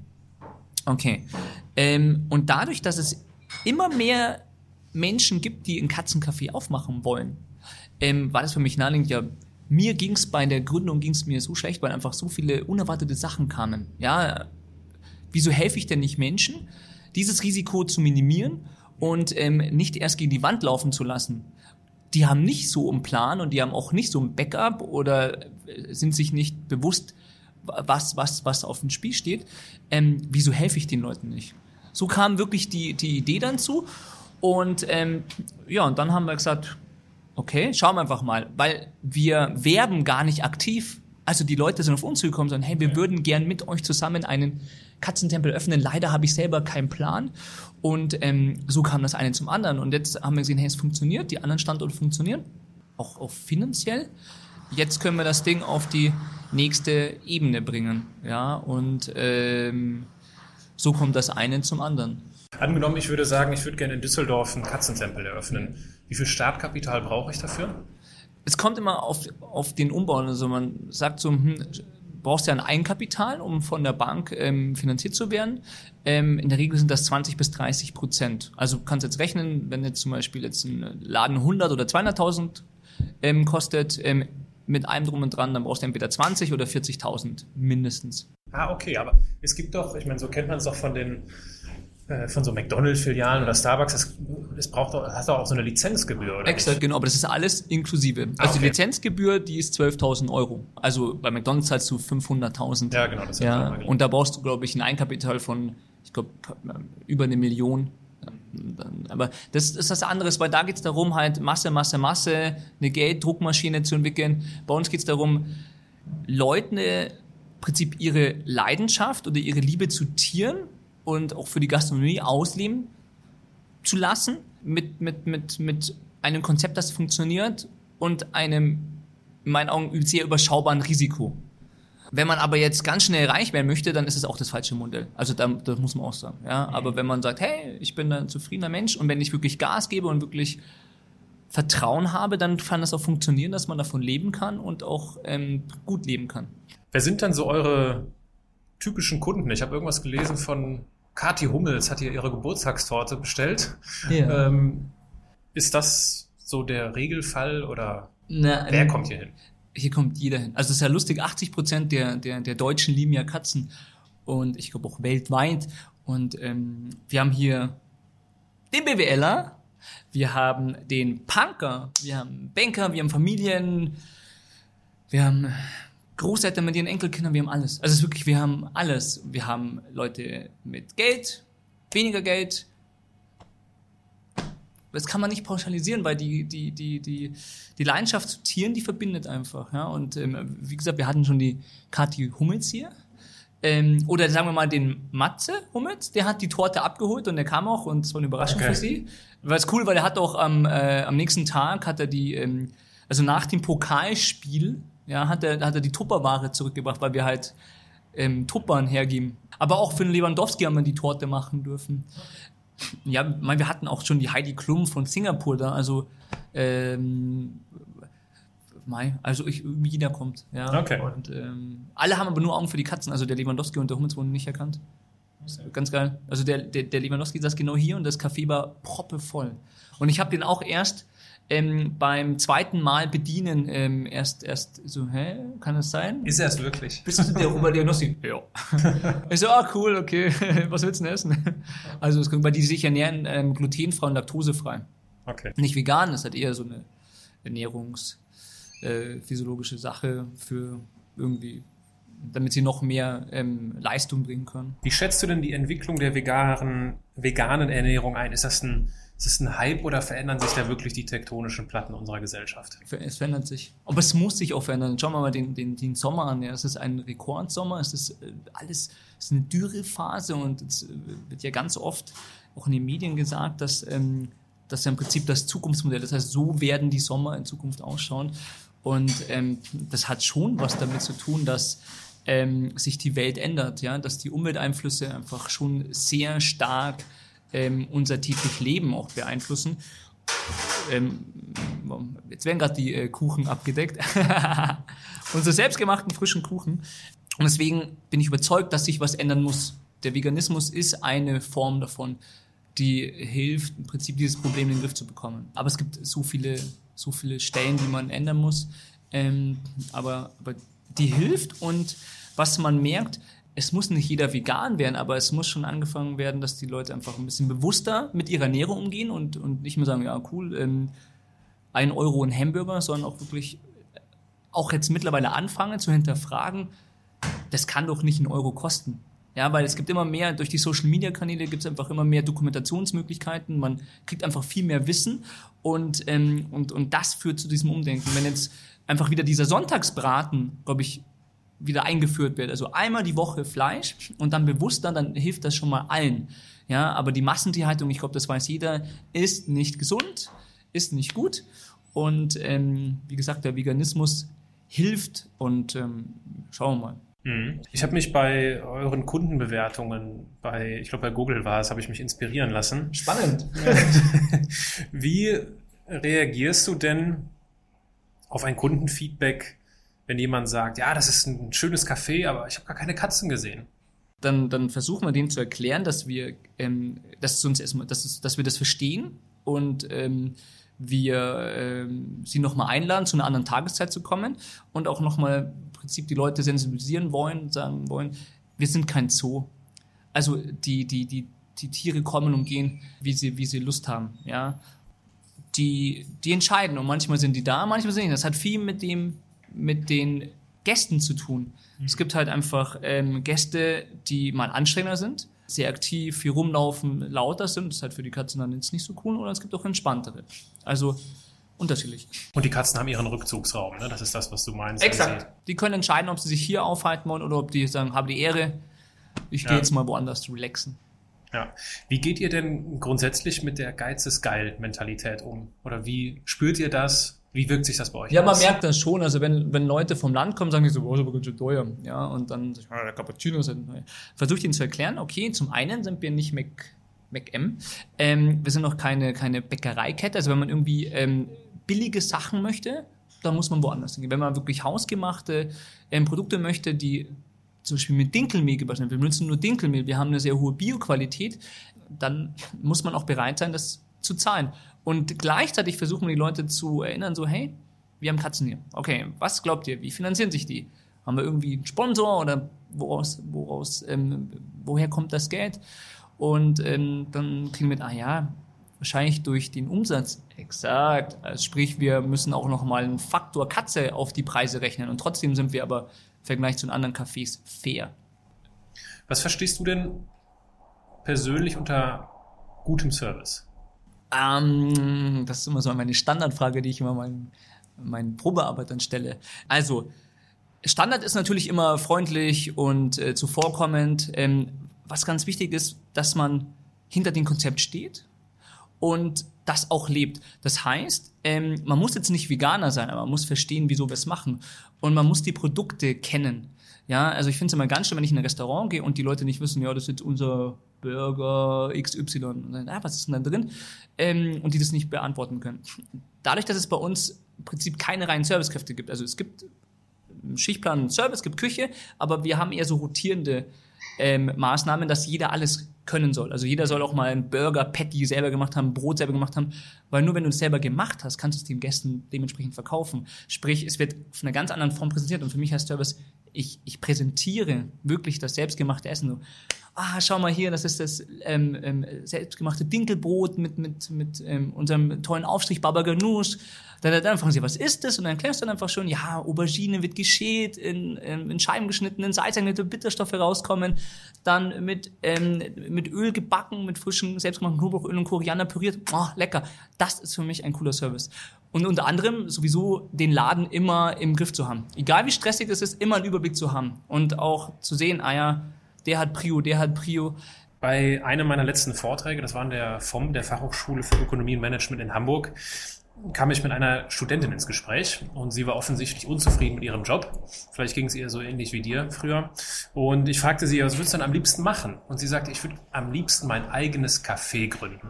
Okay. Ähm, und dadurch, dass es immer mehr Menschen gibt, die ein Katzencafé aufmachen wollen, ähm, war das für mich naheliegend, ja, mir ging's bei der Gründung ging's mir so schlecht, weil einfach so viele unerwartete Sachen kamen. Ja, wieso helfe ich denn nicht Menschen, dieses Risiko zu minimieren und ähm, nicht erst gegen die Wand laufen zu lassen? Die haben nicht so einen Plan und die haben auch nicht so ein Backup oder sind sich nicht bewusst, was, was, was auf dem Spiel steht. Ähm, wieso helfe ich den Leuten nicht? So kam wirklich die, die Idee dann zu. Und ähm, ja, und dann haben wir gesagt, okay, schauen wir einfach mal, weil wir werben gar nicht aktiv. Also die Leute sind auf uns zugekommen und sagen, hey, wir ja. würden gern mit euch zusammen einen Katzentempel öffnen. Leider habe ich selber keinen Plan. Und ähm, so kam das eine zum anderen. Und jetzt haben wir gesehen, hey, es funktioniert. Die anderen Standorte funktionieren, auch, auch finanziell. Jetzt können wir das Ding auf die nächste Ebene bringen. Ja, und ähm, so kommt das eine zum anderen. Angenommen, ich würde sagen, ich würde gerne in Düsseldorf einen Katzentempel eröffnen. Wie viel Startkapital brauche ich dafür? Es kommt immer auf, auf den Umbau. Also man sagt so, hm, brauchst ja ein Eigenkapital, um von der Bank ähm, finanziert zu werden. Ähm, in der Regel sind das zwanzig bis dreißig Prozent. Also du kannst jetzt rechnen, wenn jetzt zum Beispiel jetzt ein Laden hundert oder zweihunderttausend ähm, kostet, ähm, mit allem drum und dran, dann brauchst du entweder zwanzig oder vierzigtausend mindestens. Ah, okay, aber es gibt doch, ich meine, so kennt man es doch von den äh, von so McDonald's-Filialen oder Starbucks, es, es braucht doch, hast doch auch so eine Lizenzgebühr, oder? Exakt, genau, aber das ist alles inklusive. Also ah, okay. Die Lizenzgebühr, die ist zwölftausend Euro. Also bei McDonald's zahlst du fünfhunderttausend. Ja, genau. Das ja, und da brauchst du, glaube ich, ein Eigenkapital von, ich glaube, über eine Million. Aber das ist was anderes, weil da geht es darum, halt Masse, Masse, Masse, eine Gelddruckmaschine zu entwickeln. Bei uns geht es darum, Leuten im Prinzip ihre Leidenschaft oder ihre Liebe zu Tieren und auch für die Gastronomie ausleben zu lassen mit, mit, mit, mit einem Konzept, das funktioniert und einem, in meinen Augen, sehr überschaubaren Risiko. Wenn man aber jetzt ganz schnell reich werden möchte, dann ist es auch das falsche Modell. Also da, das muss man auch sagen. Ja? Aber wenn man sagt, hey, ich bin ein zufriedener Mensch und wenn ich wirklich Gas gebe und wirklich Vertrauen habe, dann kann das auch funktionieren, dass man davon leben kann und auch ähm, gut leben kann. Wer sind dann so eure typischen Kunden? Ich habe irgendwas gelesen von Kathi Hummels, hat hier ihre Geburtstagstorte bestellt. Ja. Ähm, ist das so der Regelfall oder Na, wer ähm, kommt hier hin? Hier kommt jeder hin. Also es ist ja lustig, achtzig Prozent der, der, der Deutschen lieben ja Katzen und ich glaube auch weltweit. Und ähm, wir haben hier den BWLer, wir haben den Punker, wir haben Banker, wir haben Familien, wir haben Großeltern mit ihren Enkelkindern, wir haben alles. Also es ist wirklich, wir haben alles. Wir haben Leute mit Geld, weniger Geld. Das kann man nicht pauschalisieren, weil die, die, die, die, die Leidenschaft zu Tieren, die verbindet einfach. Ja? Und ähm, wie gesagt, wir hatten schon die Kathi Hummels hier. Ähm, oder sagen wir mal den Matze Hummels, der hat die Torte abgeholt und der kam auch und es war eine Überraschung okay. für sie. War es cool, weil er hat auch am, äh, am nächsten Tag, hat er die, ähm, also nach dem Pokalspiel, ja, hat er, hat er die Tupperware zurückgebracht, weil wir halt ähm, Tuppern hergeben. Aber auch für den Lewandowski haben wir die Torte machen dürfen. Ja, ich meine, wir hatten auch schon die Heidi Klum von Singapur da, also ähm, Mai, also ich, jeder kommt. Ja. Okay. Und ähm, alle haben aber nur Augen für die Katzen, also der Lewandowski und der Hummels wurden nicht erkannt. Das ist ganz geil. Also der, der, der Lewandowski saß genau hier und das Café war proppevoll. Und ich habe den auch erst ähm, beim zweiten Mal bedienen ähm, erst, erst so, hä, kann das sein? Ist er es wirklich? Bist du der Robert Lewandowski? Ja. Ich so, ah, cool, okay, was willst du denn essen? Also, das, weil die sich ernähren ähm, glutenfrei und laktosefrei. Okay. Nicht vegan, das ist halt eher so eine ernährungs- äh, physiologische Sache für irgendwie, damit sie noch mehr ähm, Leistung bringen können. Wie schätzt du denn die Entwicklung der veganen, veganen Ernährung ein? Ist das ein, ist das ein Hype oder verändern sich da wirklich die tektonischen Platten unserer Gesellschaft? Es verändert sich. Aber es muss sich auch verändern. Schauen wir mal den, den, den Sommer an. Ja. Es ist ein Rekordsommer. Es ist äh, alles, es ist eine Dürrephase und es wird ja ganz oft auch in den Medien gesagt, dass ähm, das ja im Prinzip das Zukunftsmodell ist. Das heißt, so werden die Sommer in Zukunft ausschauen. Und ähm, das hat schon was damit zu tun, dass ähm, sich die Welt ändert, ja, dass die Umwelteinflüsse einfach schon sehr stark ähm, unser täglich Leben auch beeinflussen. Ähm, jetzt werden gerade die äh, Kuchen abgedeckt. Unsere selbstgemachten frischen Kuchen. Und deswegen bin ich überzeugt, dass sich was ändern muss. Der Veganismus ist eine Form davon, die hilft, im Prinzip dieses Problem in den Griff zu bekommen. Aber es gibt so viele, so viele Stellen, die man ändern muss. Ähm, aber, aber die hilft und was man merkt, es muss nicht jeder vegan werden, aber es muss schon angefangen werden, dass die Leute einfach ein bisschen bewusster mit ihrer Ernährung umgehen und, und nicht mehr sagen, ja cool, ähm, ein Euro ein Hamburger, sondern auch wirklich auch jetzt mittlerweile anfangen zu hinterfragen, das kann doch nicht einen Euro kosten. Ja, weil es gibt immer mehr, durch die Social-Media-Kanäle gibt es einfach immer mehr Dokumentationsmöglichkeiten, man kriegt einfach viel mehr Wissen und, ähm, und, und das führt zu diesem Umdenken. Wenn jetzt einfach wieder dieser Sonntagsbraten, glaube ich, wieder eingeführt wird, also einmal die Woche Fleisch und dann bewusster, dann hilft das schon mal allen. Ja, aber die Massentierhaltung, ich glaube, das weiß jeder, ist nicht gesund, ist nicht gut und ähm, wie gesagt, der Veganismus hilft und ähm, schauen wir mal. Ich habe mich bei euren Kundenbewertungen, bei, ich glaube bei Google war es, habe ich mich inspirieren lassen. Spannend. Wie reagierst du denn auf ein Kundenfeedback, wenn jemand sagt, ja, das ist ein schönes Café, aber ich habe gar keine Katzen gesehen? Dann, dann versuchen wir denen zu erklären, dass wir, ähm, dass es uns erstmal, dass, es, dass wir das verstehen und ähm, wir ähm, sie nochmal einladen, zu einer anderen Tageszeit zu kommen und auch nochmal im Prinzip die Leute sensibilisieren wollen, sagen wollen, wir sind kein Zoo. Also die, die, die, die Tiere kommen und gehen, wie sie, wie sie Lust haben. Ja? Die, die entscheiden und manchmal sind die da, manchmal sind die nicht. Das hat viel mit dem, mit den Gästen zu tun. Mhm. Es gibt halt einfach ähm, Gäste, die mal anstrengender sind, sehr aktiv, viel rumlaufen, lauter sind. Das ist halt für die Katzen dann jetzt nicht so cool. Oder es gibt auch entspanntere. Also unterschiedlich. Und die Katzen haben ihren Rückzugsraum, ne? Das ist das, was du meinst. Exakt. Die können entscheiden, ob sie sich hier aufhalten wollen oder ob die sagen, habe die Ehre, ich gehe ja. jetzt mal woanders relaxen. Ja. Wie geht ihr denn grundsätzlich mit der Geiz ist geil Mentalität um? Oder wie spürt ihr das? Wie wirkt sich das bei euch Ja, aus? man merkt das schon. Also wenn, wenn Leute vom Land kommen, sagen die so, oh, ist aber ganz schön teuer. Ja, und dann, ah, der Cappuccino ist halt neu. Versuche ich ihnen zu erklären, okay, zum einen sind wir nicht Mac, MacM. Ähm, wir sind noch keine, keine Bäckereikette. Also wenn man irgendwie ähm, billige Sachen möchte, dann muss man woanders hingehen. Wenn man wirklich hausgemachte ähm, Produkte möchte, die zum Beispiel mit Dinkelmehl gewaschen werden, wir benutzen nur Dinkelmehl, wir haben eine sehr hohe Bioqualität, dann muss man auch bereit sein, das zu zahlen. Und gleichzeitig versuchen wir die Leute zu erinnern, so, hey, wir haben Katzen hier. Okay, was glaubt ihr, wie finanzieren sich die? Haben wir irgendwie einen Sponsor oder woraus, woraus, ähm, woher kommt das Geld? Und ähm, dann kriegen wir mit, ah ja, wahrscheinlich durch den Umsatz. Exakt. Also sprich, wir müssen auch noch mal einen Faktor Katze auf die Preise rechnen. Und trotzdem sind wir aber im Vergleich zu den anderen Cafés fair. Was verstehst du denn persönlich unter gutem Service? Ähm, das ist immer so meine Standardfrage, die ich immer meinen, meinen Probearbeitern stelle. Also, Standard ist natürlich immer freundlich und äh, zuvorkommend. Ähm, was ganz wichtig ist, dass man hinter dem Konzept steht und das auch lebt. Das heißt, ähm, man muss jetzt nicht Veganer sein, aber man muss verstehen, wieso wir es machen. Und man muss die Produkte kennen. Ja, also ich finde es immer ganz schön, wenn ich in ein Restaurant gehe und die Leute nicht wissen, ja, das ist jetzt unser Burger X Y. Und dann, ah, was ist denn da drin? Ähm, und die das nicht beantworten können. Dadurch, dass es bei uns im Prinzip keine reinen Servicekräfte gibt, also es gibt Schichtplan Service, es gibt Küche, aber wir haben eher so rotierende ähm, Maßnahmen, dass jeder alles können soll. Also jeder soll auch mal einen Burger Patty selber gemacht haben, Brot selber gemacht haben, weil nur wenn du es selber gemacht hast, kannst du es den Gästen dementsprechend verkaufen. Sprich, es wird von einer ganz anderen Form präsentiert und für mich heißt Service, ich, ich präsentiere wirklich das selbstgemachte Essen. So, ah, schau mal hier, das ist das ähm, ähm, selbstgemachte Dinkelbrot mit, mit, mit ähm, unserem tollen Aufstrich Baba Ganoush. Dann, dann fragen sie, was ist das? Und dann erklärst du dann einfach schon, ja, Aubergine wird geschält, in, in, in Scheiben geschnitten, in Salz eingelegte Bitterstoffe rauskommen, dann mit, ähm, mit Öl gebacken, mit frischem, selbstgemachten Knoblauchöl und Koriander püriert. Oh, lecker. Das ist für mich ein cooler Service. Und unter anderem sowieso den Laden immer im Griff zu haben. Egal wie stressig es ist, immer einen Überblick zu haben. Und auch zu sehen, ah ja, der hat Prio, der hat Prio. Bei einem meiner letzten Vorträge, das war der F O M, der Fachhochschule für Ökonomie und Management in Hamburg, kam ich mit einer Studentin ins Gespräch und sie war offensichtlich unzufrieden mit ihrem Job. Vielleicht ging es ihr so ähnlich wie dir früher. Und ich fragte sie, was würdest du denn am liebsten machen? Und sie sagte, ich würde am liebsten mein eigenes Café gründen.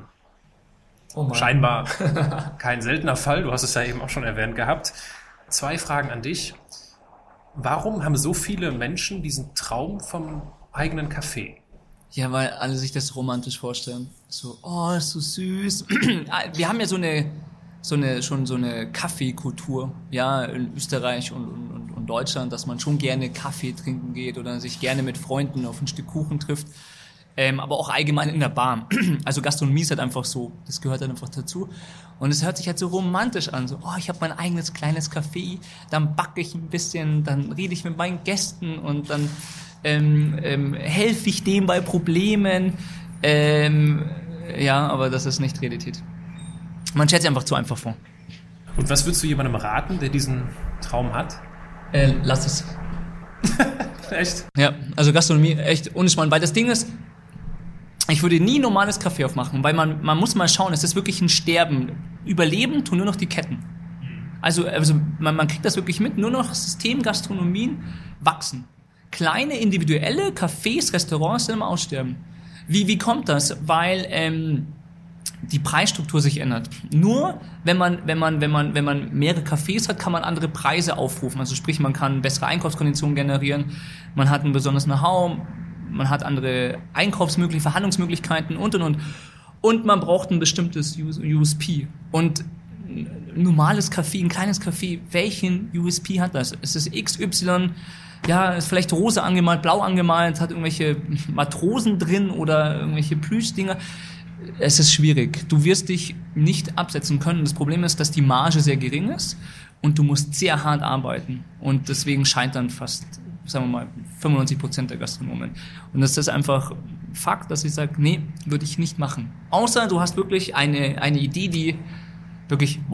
Oh Scheinbar kein seltener Fall, du hast es ja eben auch schon erwähnt gehabt. Zwei Fragen an dich. Warum haben so viele Menschen diesen Traum vom eigenen Café? Ja, weil alle sich das romantisch vorstellen. So, oh, ist so süß. Wir haben ja so eine, so eine, schon so eine Kaffeekultur, ja, in Österreich und, und, und Deutschland, dass man schon gerne Kaffee trinken geht oder sich gerne mit Freunden auf ein Stück Kuchen trifft. Ähm, aber auch allgemein in der Bar. Also Gastronomie ist halt einfach so, das gehört halt einfach dazu. Und es hört sich halt so romantisch an, so, oh, ich habe mein eigenes kleines Café, dann backe ich ein bisschen, dann rede ich mit meinen Gästen und dann ähm, ähm, helfe ich dem bei Problemen. Ähm, ja, aber das ist nicht Realität. Man stellt sich einfach zu einfach vor. Und was würdest du jemandem raten, der diesen Traum hat? Äh, lass es. Echt? Ja, also Gastronomie, echt ohne Schmarrn, weil das Ding ist, ich würde nie ein normales Café aufmachen, weil man, man muss mal schauen, es ist wirklich ein Sterben. Überleben tun nur noch die Ketten. Also, also man, man kriegt das wirklich mit, nur noch Systemgastronomien wachsen. Kleine individuelle Cafés, Restaurants sind im Aussterben. Wie, wie kommt das? Weil ähm, die Preisstruktur sich ändert. Nur wenn man, wenn man, wenn man, wenn man mehrere Cafés hat, kann man andere Preise aufrufen. Also sprich, man kann bessere Einkaufskonditionen generieren, man hat ein besonderes Know-how, man hat andere Einkaufsmöglichkeiten, Verhandlungsmöglichkeiten und und und. Und man braucht ein bestimmtes U S P. Und ein normales Café, ein kleines Café, welchen U S P hat das? Es ist X Y, ja, ist vielleicht rosa angemalt, blau angemalt, hat irgendwelche Matrosen drin oder irgendwelche Plüschdinger. Es ist schwierig. Du wirst dich nicht absetzen können. Das Problem ist, dass die Marge sehr gering ist und du musst sehr hart arbeiten. Und deswegen scheitern fast, sagen wir mal, fünfundneunzig Prozent der Gastronomen. Und das ist einfach Fakt, dass ich sage, nee, würde ich nicht machen. Außer du hast wirklich eine, eine Idee, die wirklich wow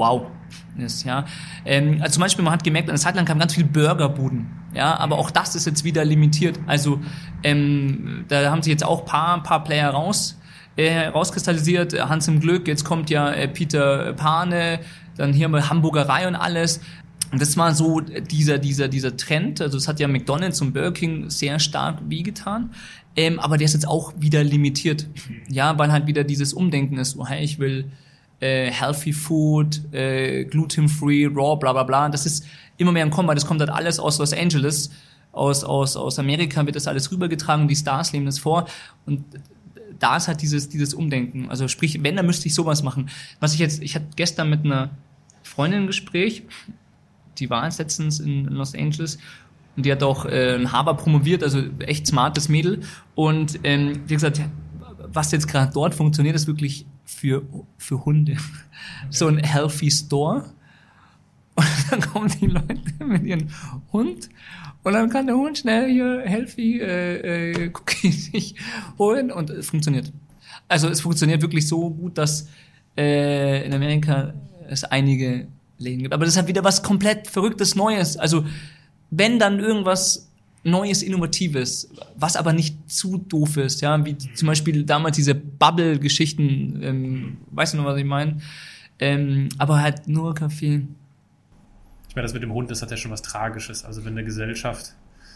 ist, ja. Ähm, also zum Beispiel, man hat gemerkt, eine Zeit lang kamen ganz viele Burgerbuden, ja, aber auch das ist jetzt wieder limitiert. Also ähm, da haben sich jetzt auch paar, paar Player raus, äh, rauskristallisiert. Hans im Glück, jetzt kommt ja äh, Peter Pane, dann hier mal Hamburgerei und alles. Und das war so dieser, dieser, dieser Trend. Also es hat ja McDonald's und Burger King sehr stark wehgetan. Ähm, aber der ist jetzt auch wieder limitiert. Ja, weil halt wieder dieses Umdenken ist, so, hey, ich will Äh, healthy Food, äh, gluten-free, raw, bla bla bla. Das ist immer mehr im Kommen, weil das kommt halt alles aus Los Angeles, aus aus aus Amerika wird das alles rübergetragen, die Stars leben das vor und da ist halt dieses dieses Umdenken. Also sprich, wenn, dann müsste ich sowas machen. Was ich jetzt, ich hatte gestern mit einer Freundin ein Gespräch, die war jetzt letztens in, in Los Angeles und die hat auch äh, in Harvard promoviert, also echt smartes Mädel und ähm, die hat gesagt, ja, was jetzt gerade dort funktioniert, ist wirklich für für Hunde. Okay. So ein Healthy Store. Und dann kommen die Leute mit ihrem Hund und dann kann der Hund schnell hier Healthy äh, äh, Cookies sich holen und es funktioniert. Also es funktioniert wirklich so gut, dass äh, in Amerika es einige Läden gibt. Aber das ist halt wieder was komplett Verrücktes, Neues. Also wenn dann irgendwas Neues, Innovatives, was aber nicht zu doof ist, ja, wie zum Beispiel damals diese Bubble-Geschichten, ähm, weißt du noch, was ich meine? Ähm, aber halt nur Kaffee. Ich meine, das mit dem Hund, das hat ja schon was Tragisches, also wenn eine Gesellschaft,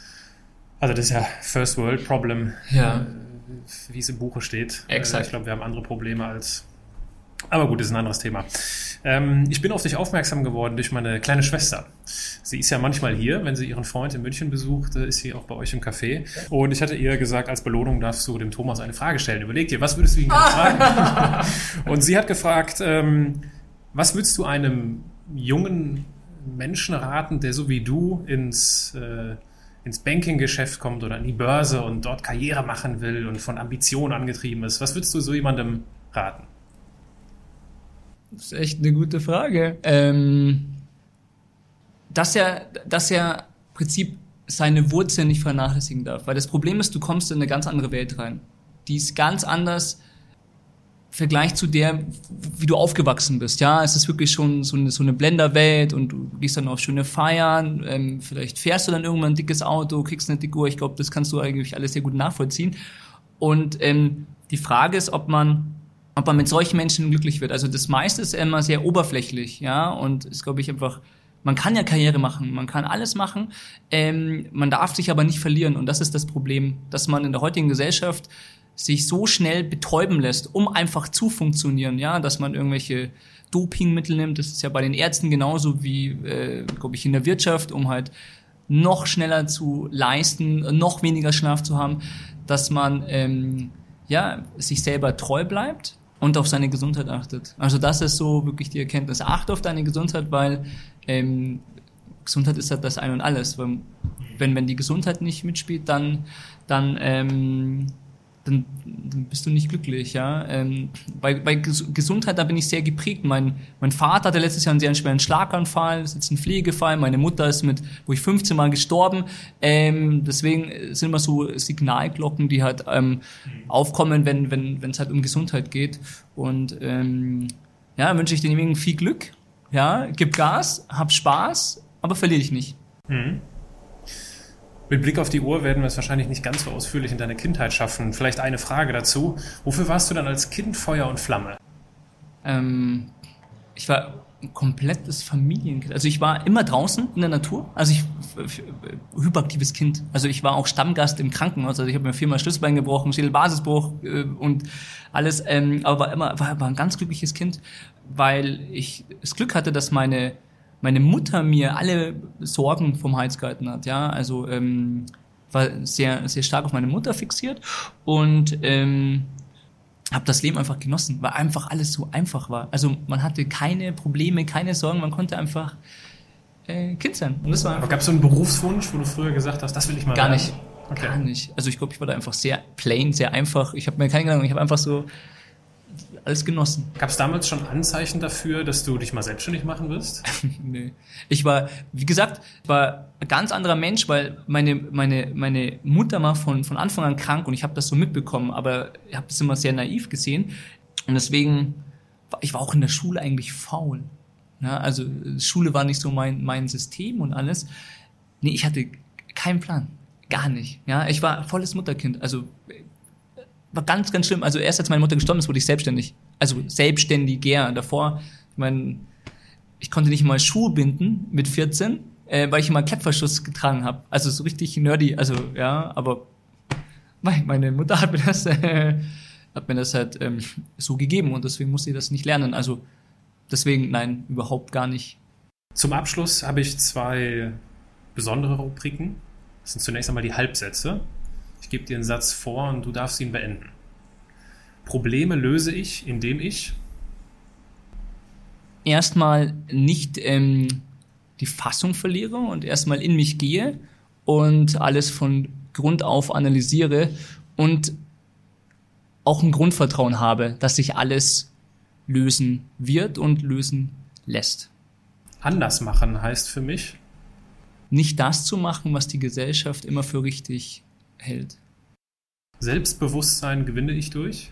also das ist ja First World Problem, ja. äh, wie es im Buche steht. Exakt. Äh, ich glaube, wir haben andere Probleme als, aber gut, das ist ein anderes Thema. Ähm, ich bin auf dich aufmerksam geworden durch meine kleine Schwester. Sie ist ja manchmal hier, wenn sie ihren Freund in München besucht, ist sie auch bei euch im Café. Und ich hatte ihr gesagt, als Belohnung darfst du dem Thomas eine Frage stellen. Überleg dir, was würdest du ihm fragen? Und sie hat gefragt, ähm, was würdest du einem jungen Menschen raten, der so wie du ins, äh, ins Banking-Geschäft kommt oder an die Börse und dort Karriere machen will und von Ambitionen angetrieben ist? Was würdest du so jemandem raten? Das ist echt eine gute Frage. Ähm, dass er, dass er im Prinzip seine Wurzeln nicht vernachlässigen darf. Weil das Problem ist, du kommst in eine ganz andere Welt rein. Die ist ganz anders im Vergleich zu der, wie du aufgewachsen bist. Ja, es ist wirklich schon so eine, so eine Blenderwelt und du gehst dann auf schöne Feiern. Ähm, vielleicht fährst du dann irgendwann ein dickes Auto, kriegst eine dicke Uhr. Ich glaube, das kannst du eigentlich alles sehr gut nachvollziehen. Und ähm, die Frage ist, ob man ob man mit solchen Menschen glücklich wird. Also das meiste ist immer sehr oberflächlich, ja, und ist, glaube ich, einfach, man kann ja Karriere machen, man kann alles machen, ähm, man darf sich aber nicht verlieren und das ist das Problem, dass man in der heutigen Gesellschaft sich so schnell betäuben lässt, um einfach zu funktionieren, ja, dass man irgendwelche Dopingmittel nimmt, das ist ja bei den Ärzten genauso wie, äh, glaube ich, in der Wirtschaft, um halt noch schneller zu leisten, noch weniger Schlaf zu haben, dass man, ähm, ja, sich selber treu bleibt und auf seine Gesundheit achtet. Also das ist so wirklich die Erkenntnis. Achte auf deine Gesundheit, weil ähm, Gesundheit ist halt das Ein und Alles. Wenn, wenn, wenn die Gesundheit nicht mitspielt, dann, dann, ähm, dann, dann bist du nicht glücklich. Ja? Ähm, bei, bei Gesundheit, da bin ich sehr geprägt. Mein, mein Vater hatte letztes Jahr einen sehr schweren Schlaganfall, ist jetzt ein Pflegefall. Meine Mutter ist mit, wo ich fünfzehn Mal gestorben. Ähm, deswegen sind immer so Signalglocken, die halt ähm, aufkommen, wenn wenn wenn es halt um Gesundheit geht. Und ähm, ja, wünsche ich denjenigen viel Glück. Ja, gib Gas, hab Spaß, aber verliere dich nicht. Mhm. Mit Blick auf die Uhr werden wir es wahrscheinlich nicht ganz so ausführlich in deine Kindheit schaffen. Vielleicht eine Frage dazu. Wofür warst du dann als Kind Feuer und Flamme? Ähm, ich war ein komplettes Familienkind. Also ich war immer draußen in der Natur. Also ich, hyperaktives Kind. Also ich war auch Stammgast im Krankenhaus. Also ich habe mir viermal Schlüsselbein gebrochen, Schädelbasisbruch äh, und alles. Ähm, aber war immer war, war ein ganz glückliches Kind, weil ich das Glück hatte, dass meine meine Mutter mir alle Sorgen vom Hals gehalten hat, ja, also ähm, war sehr sehr stark auf meine Mutter fixiert und ähm, habe das Leben einfach genossen, weil einfach alles so einfach war. Also man hatte keine Probleme, keine Sorgen, man konnte einfach äh, Kind sein. Und das war Aber gab es so einen Berufswunsch, wo du früher gesagt hast, das will ich mal Gar werden? nicht, Okay. gar nicht. Also ich glaube, ich war da einfach sehr plain, sehr einfach. Ich habe mir keine Gedanken, ich habe einfach so alles genossen. Gab es damals schon Anzeichen dafür, dass du dich mal selbstständig machen wirst? Nee. Ich war, wie gesagt, war ein ganz anderer Mensch, weil meine meine meine Mutter war von von Anfang an krank und ich habe das so mitbekommen, aber ich habe das immer sehr naiv gesehen und deswegen war ich war auch in der Schule eigentlich faul. Ja, also Schule war nicht so mein, mein System und alles. Nee, ich hatte keinen Plan. Gar nicht. Ja, ich war volles Mutterkind. Also war ganz, ganz schlimm. Also erst als meine Mutter gestorben ist, wurde ich selbstständig. Also selbstständiger. Davor, ich meine, ich konnte nicht mal Schuhe binden mit vierzehn, äh, weil ich immer Klettverschluss getragen habe. Also so richtig nerdy. Also ja, aber meine Mutter hat mir das, äh, hat mir das halt ähm, so gegeben und deswegen musste ich das nicht lernen. Also deswegen, nein, überhaupt gar nicht. Zum Abschluss habe ich zwei besondere Rubriken. Das sind zunächst einmal die Halbsätze. Ich gebe dir einen Satz vor und du darfst ihn beenden. Probleme löse ich, indem ich erstmal nicht ähm, die Fassung verliere und erstmal in mich gehe und alles von Grund auf analysiere und auch ein Grundvertrauen habe, dass sich alles lösen wird und lösen lässt. Anders machen heißt für mich, nicht das zu machen, was die Gesellschaft immer für richtig hält. Selbstbewusstsein gewinne ich durch?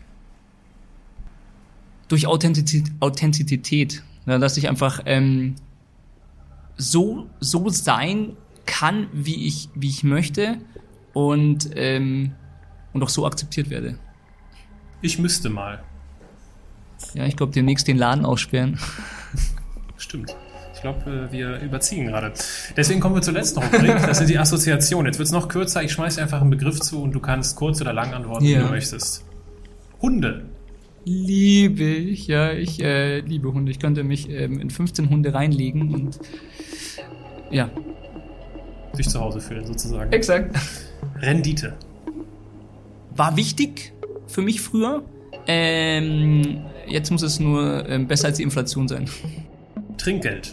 Durch Authentizität, Authentizität, ja, dass ich einfach ähm, so so sein kann, wie ich wie ich möchte und ähm, und auch so akzeptiert werde. Ich müsste mal. Ja, ich glaube, demnächst den Laden aussperren. Stimmt. Ich glaube, wir überziehen gerade. Deswegen kommen wir zur letzten Rubrik. Das sind die Assoziationen. Jetzt wird es noch kürzer. Ich schmeiße einfach einen Begriff zu und du kannst kurz oder lang antworten, ja. wie du möchtest. Hunde. Liebe ich, ja. Ich äh, liebe Hunde. Ich könnte mich ähm, in fünfzehn Hunde reinlegen und ja. Sich zu Hause fühlen, sozusagen. Exakt. Rendite. War wichtig für mich früher. Ähm, jetzt muss es nur ähm, besser als die Inflation sein. Trinkgeld.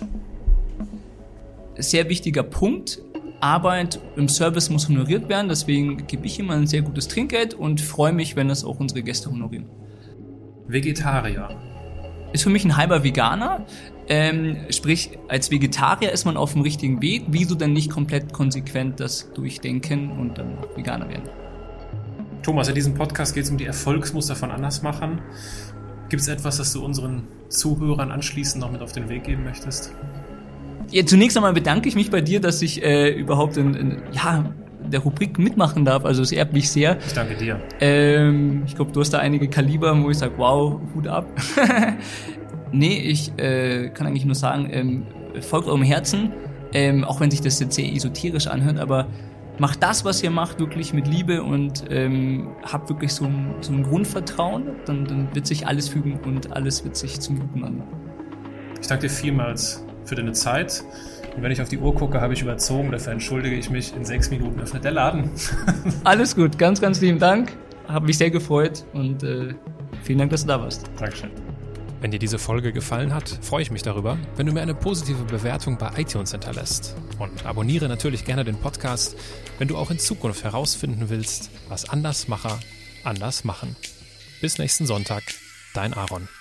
Sehr wichtiger Punkt. Arbeit im Service muss honoriert werden, deswegen gebe ich immer ein sehr gutes Trinkgeld und freue mich, wenn das auch unsere Gäste honorieren. Vegetarier. Ist für mich ein halber Veganer, ähm, sprich als Vegetarier ist man auf dem richtigen Weg. Wieso denn nicht komplett konsequent das durchdenken und dann Veganer werden? Thomas, in diesem Podcast geht es um die Erfolgsmuster von Andersmachern. Gibt es etwas, das du unseren Zuhörern anschließend noch mit auf den Weg geben möchtest? Ja, zunächst einmal bedanke ich mich bei dir, dass ich äh, überhaupt in, in ja, der Rubrik mitmachen darf. Also es ehrt mich sehr. Ich danke dir. Ähm, ich glaube, du hast da einige Kaliber, wo ich sage, wow, Hut ab. Nee, ich äh, kann eigentlich nur sagen, ähm, folgt eurem Herzen, ähm, auch wenn sich das jetzt sehr esoterisch anhört, aber macht das, was ihr macht, wirklich mit Liebe und ähm, habt wirklich so ein, so ein Grundvertrauen, dann, dann wird sich alles fügen und alles wird sich zum Guten an. Ich danke dir vielmals für deine Zeit. Und wenn ich auf die Uhr gucke, habe ich überzogen. Dafür entschuldige ich mich. In sechs Minuten öffnet der Laden. Alles gut. Ganz, ganz lieben Dank. Habe mich sehr gefreut und äh, vielen Dank, dass du da warst. Dankeschön. Wenn dir diese Folge gefallen hat, freue ich mich darüber, wenn du mir eine positive Bewertung bei iTunes hinterlässt. Und abonniere natürlich gerne den Podcast, wenn du auch in Zukunft herausfinden willst, was Andersmacher anders machen. Bis nächsten Sonntag, dein Aaron.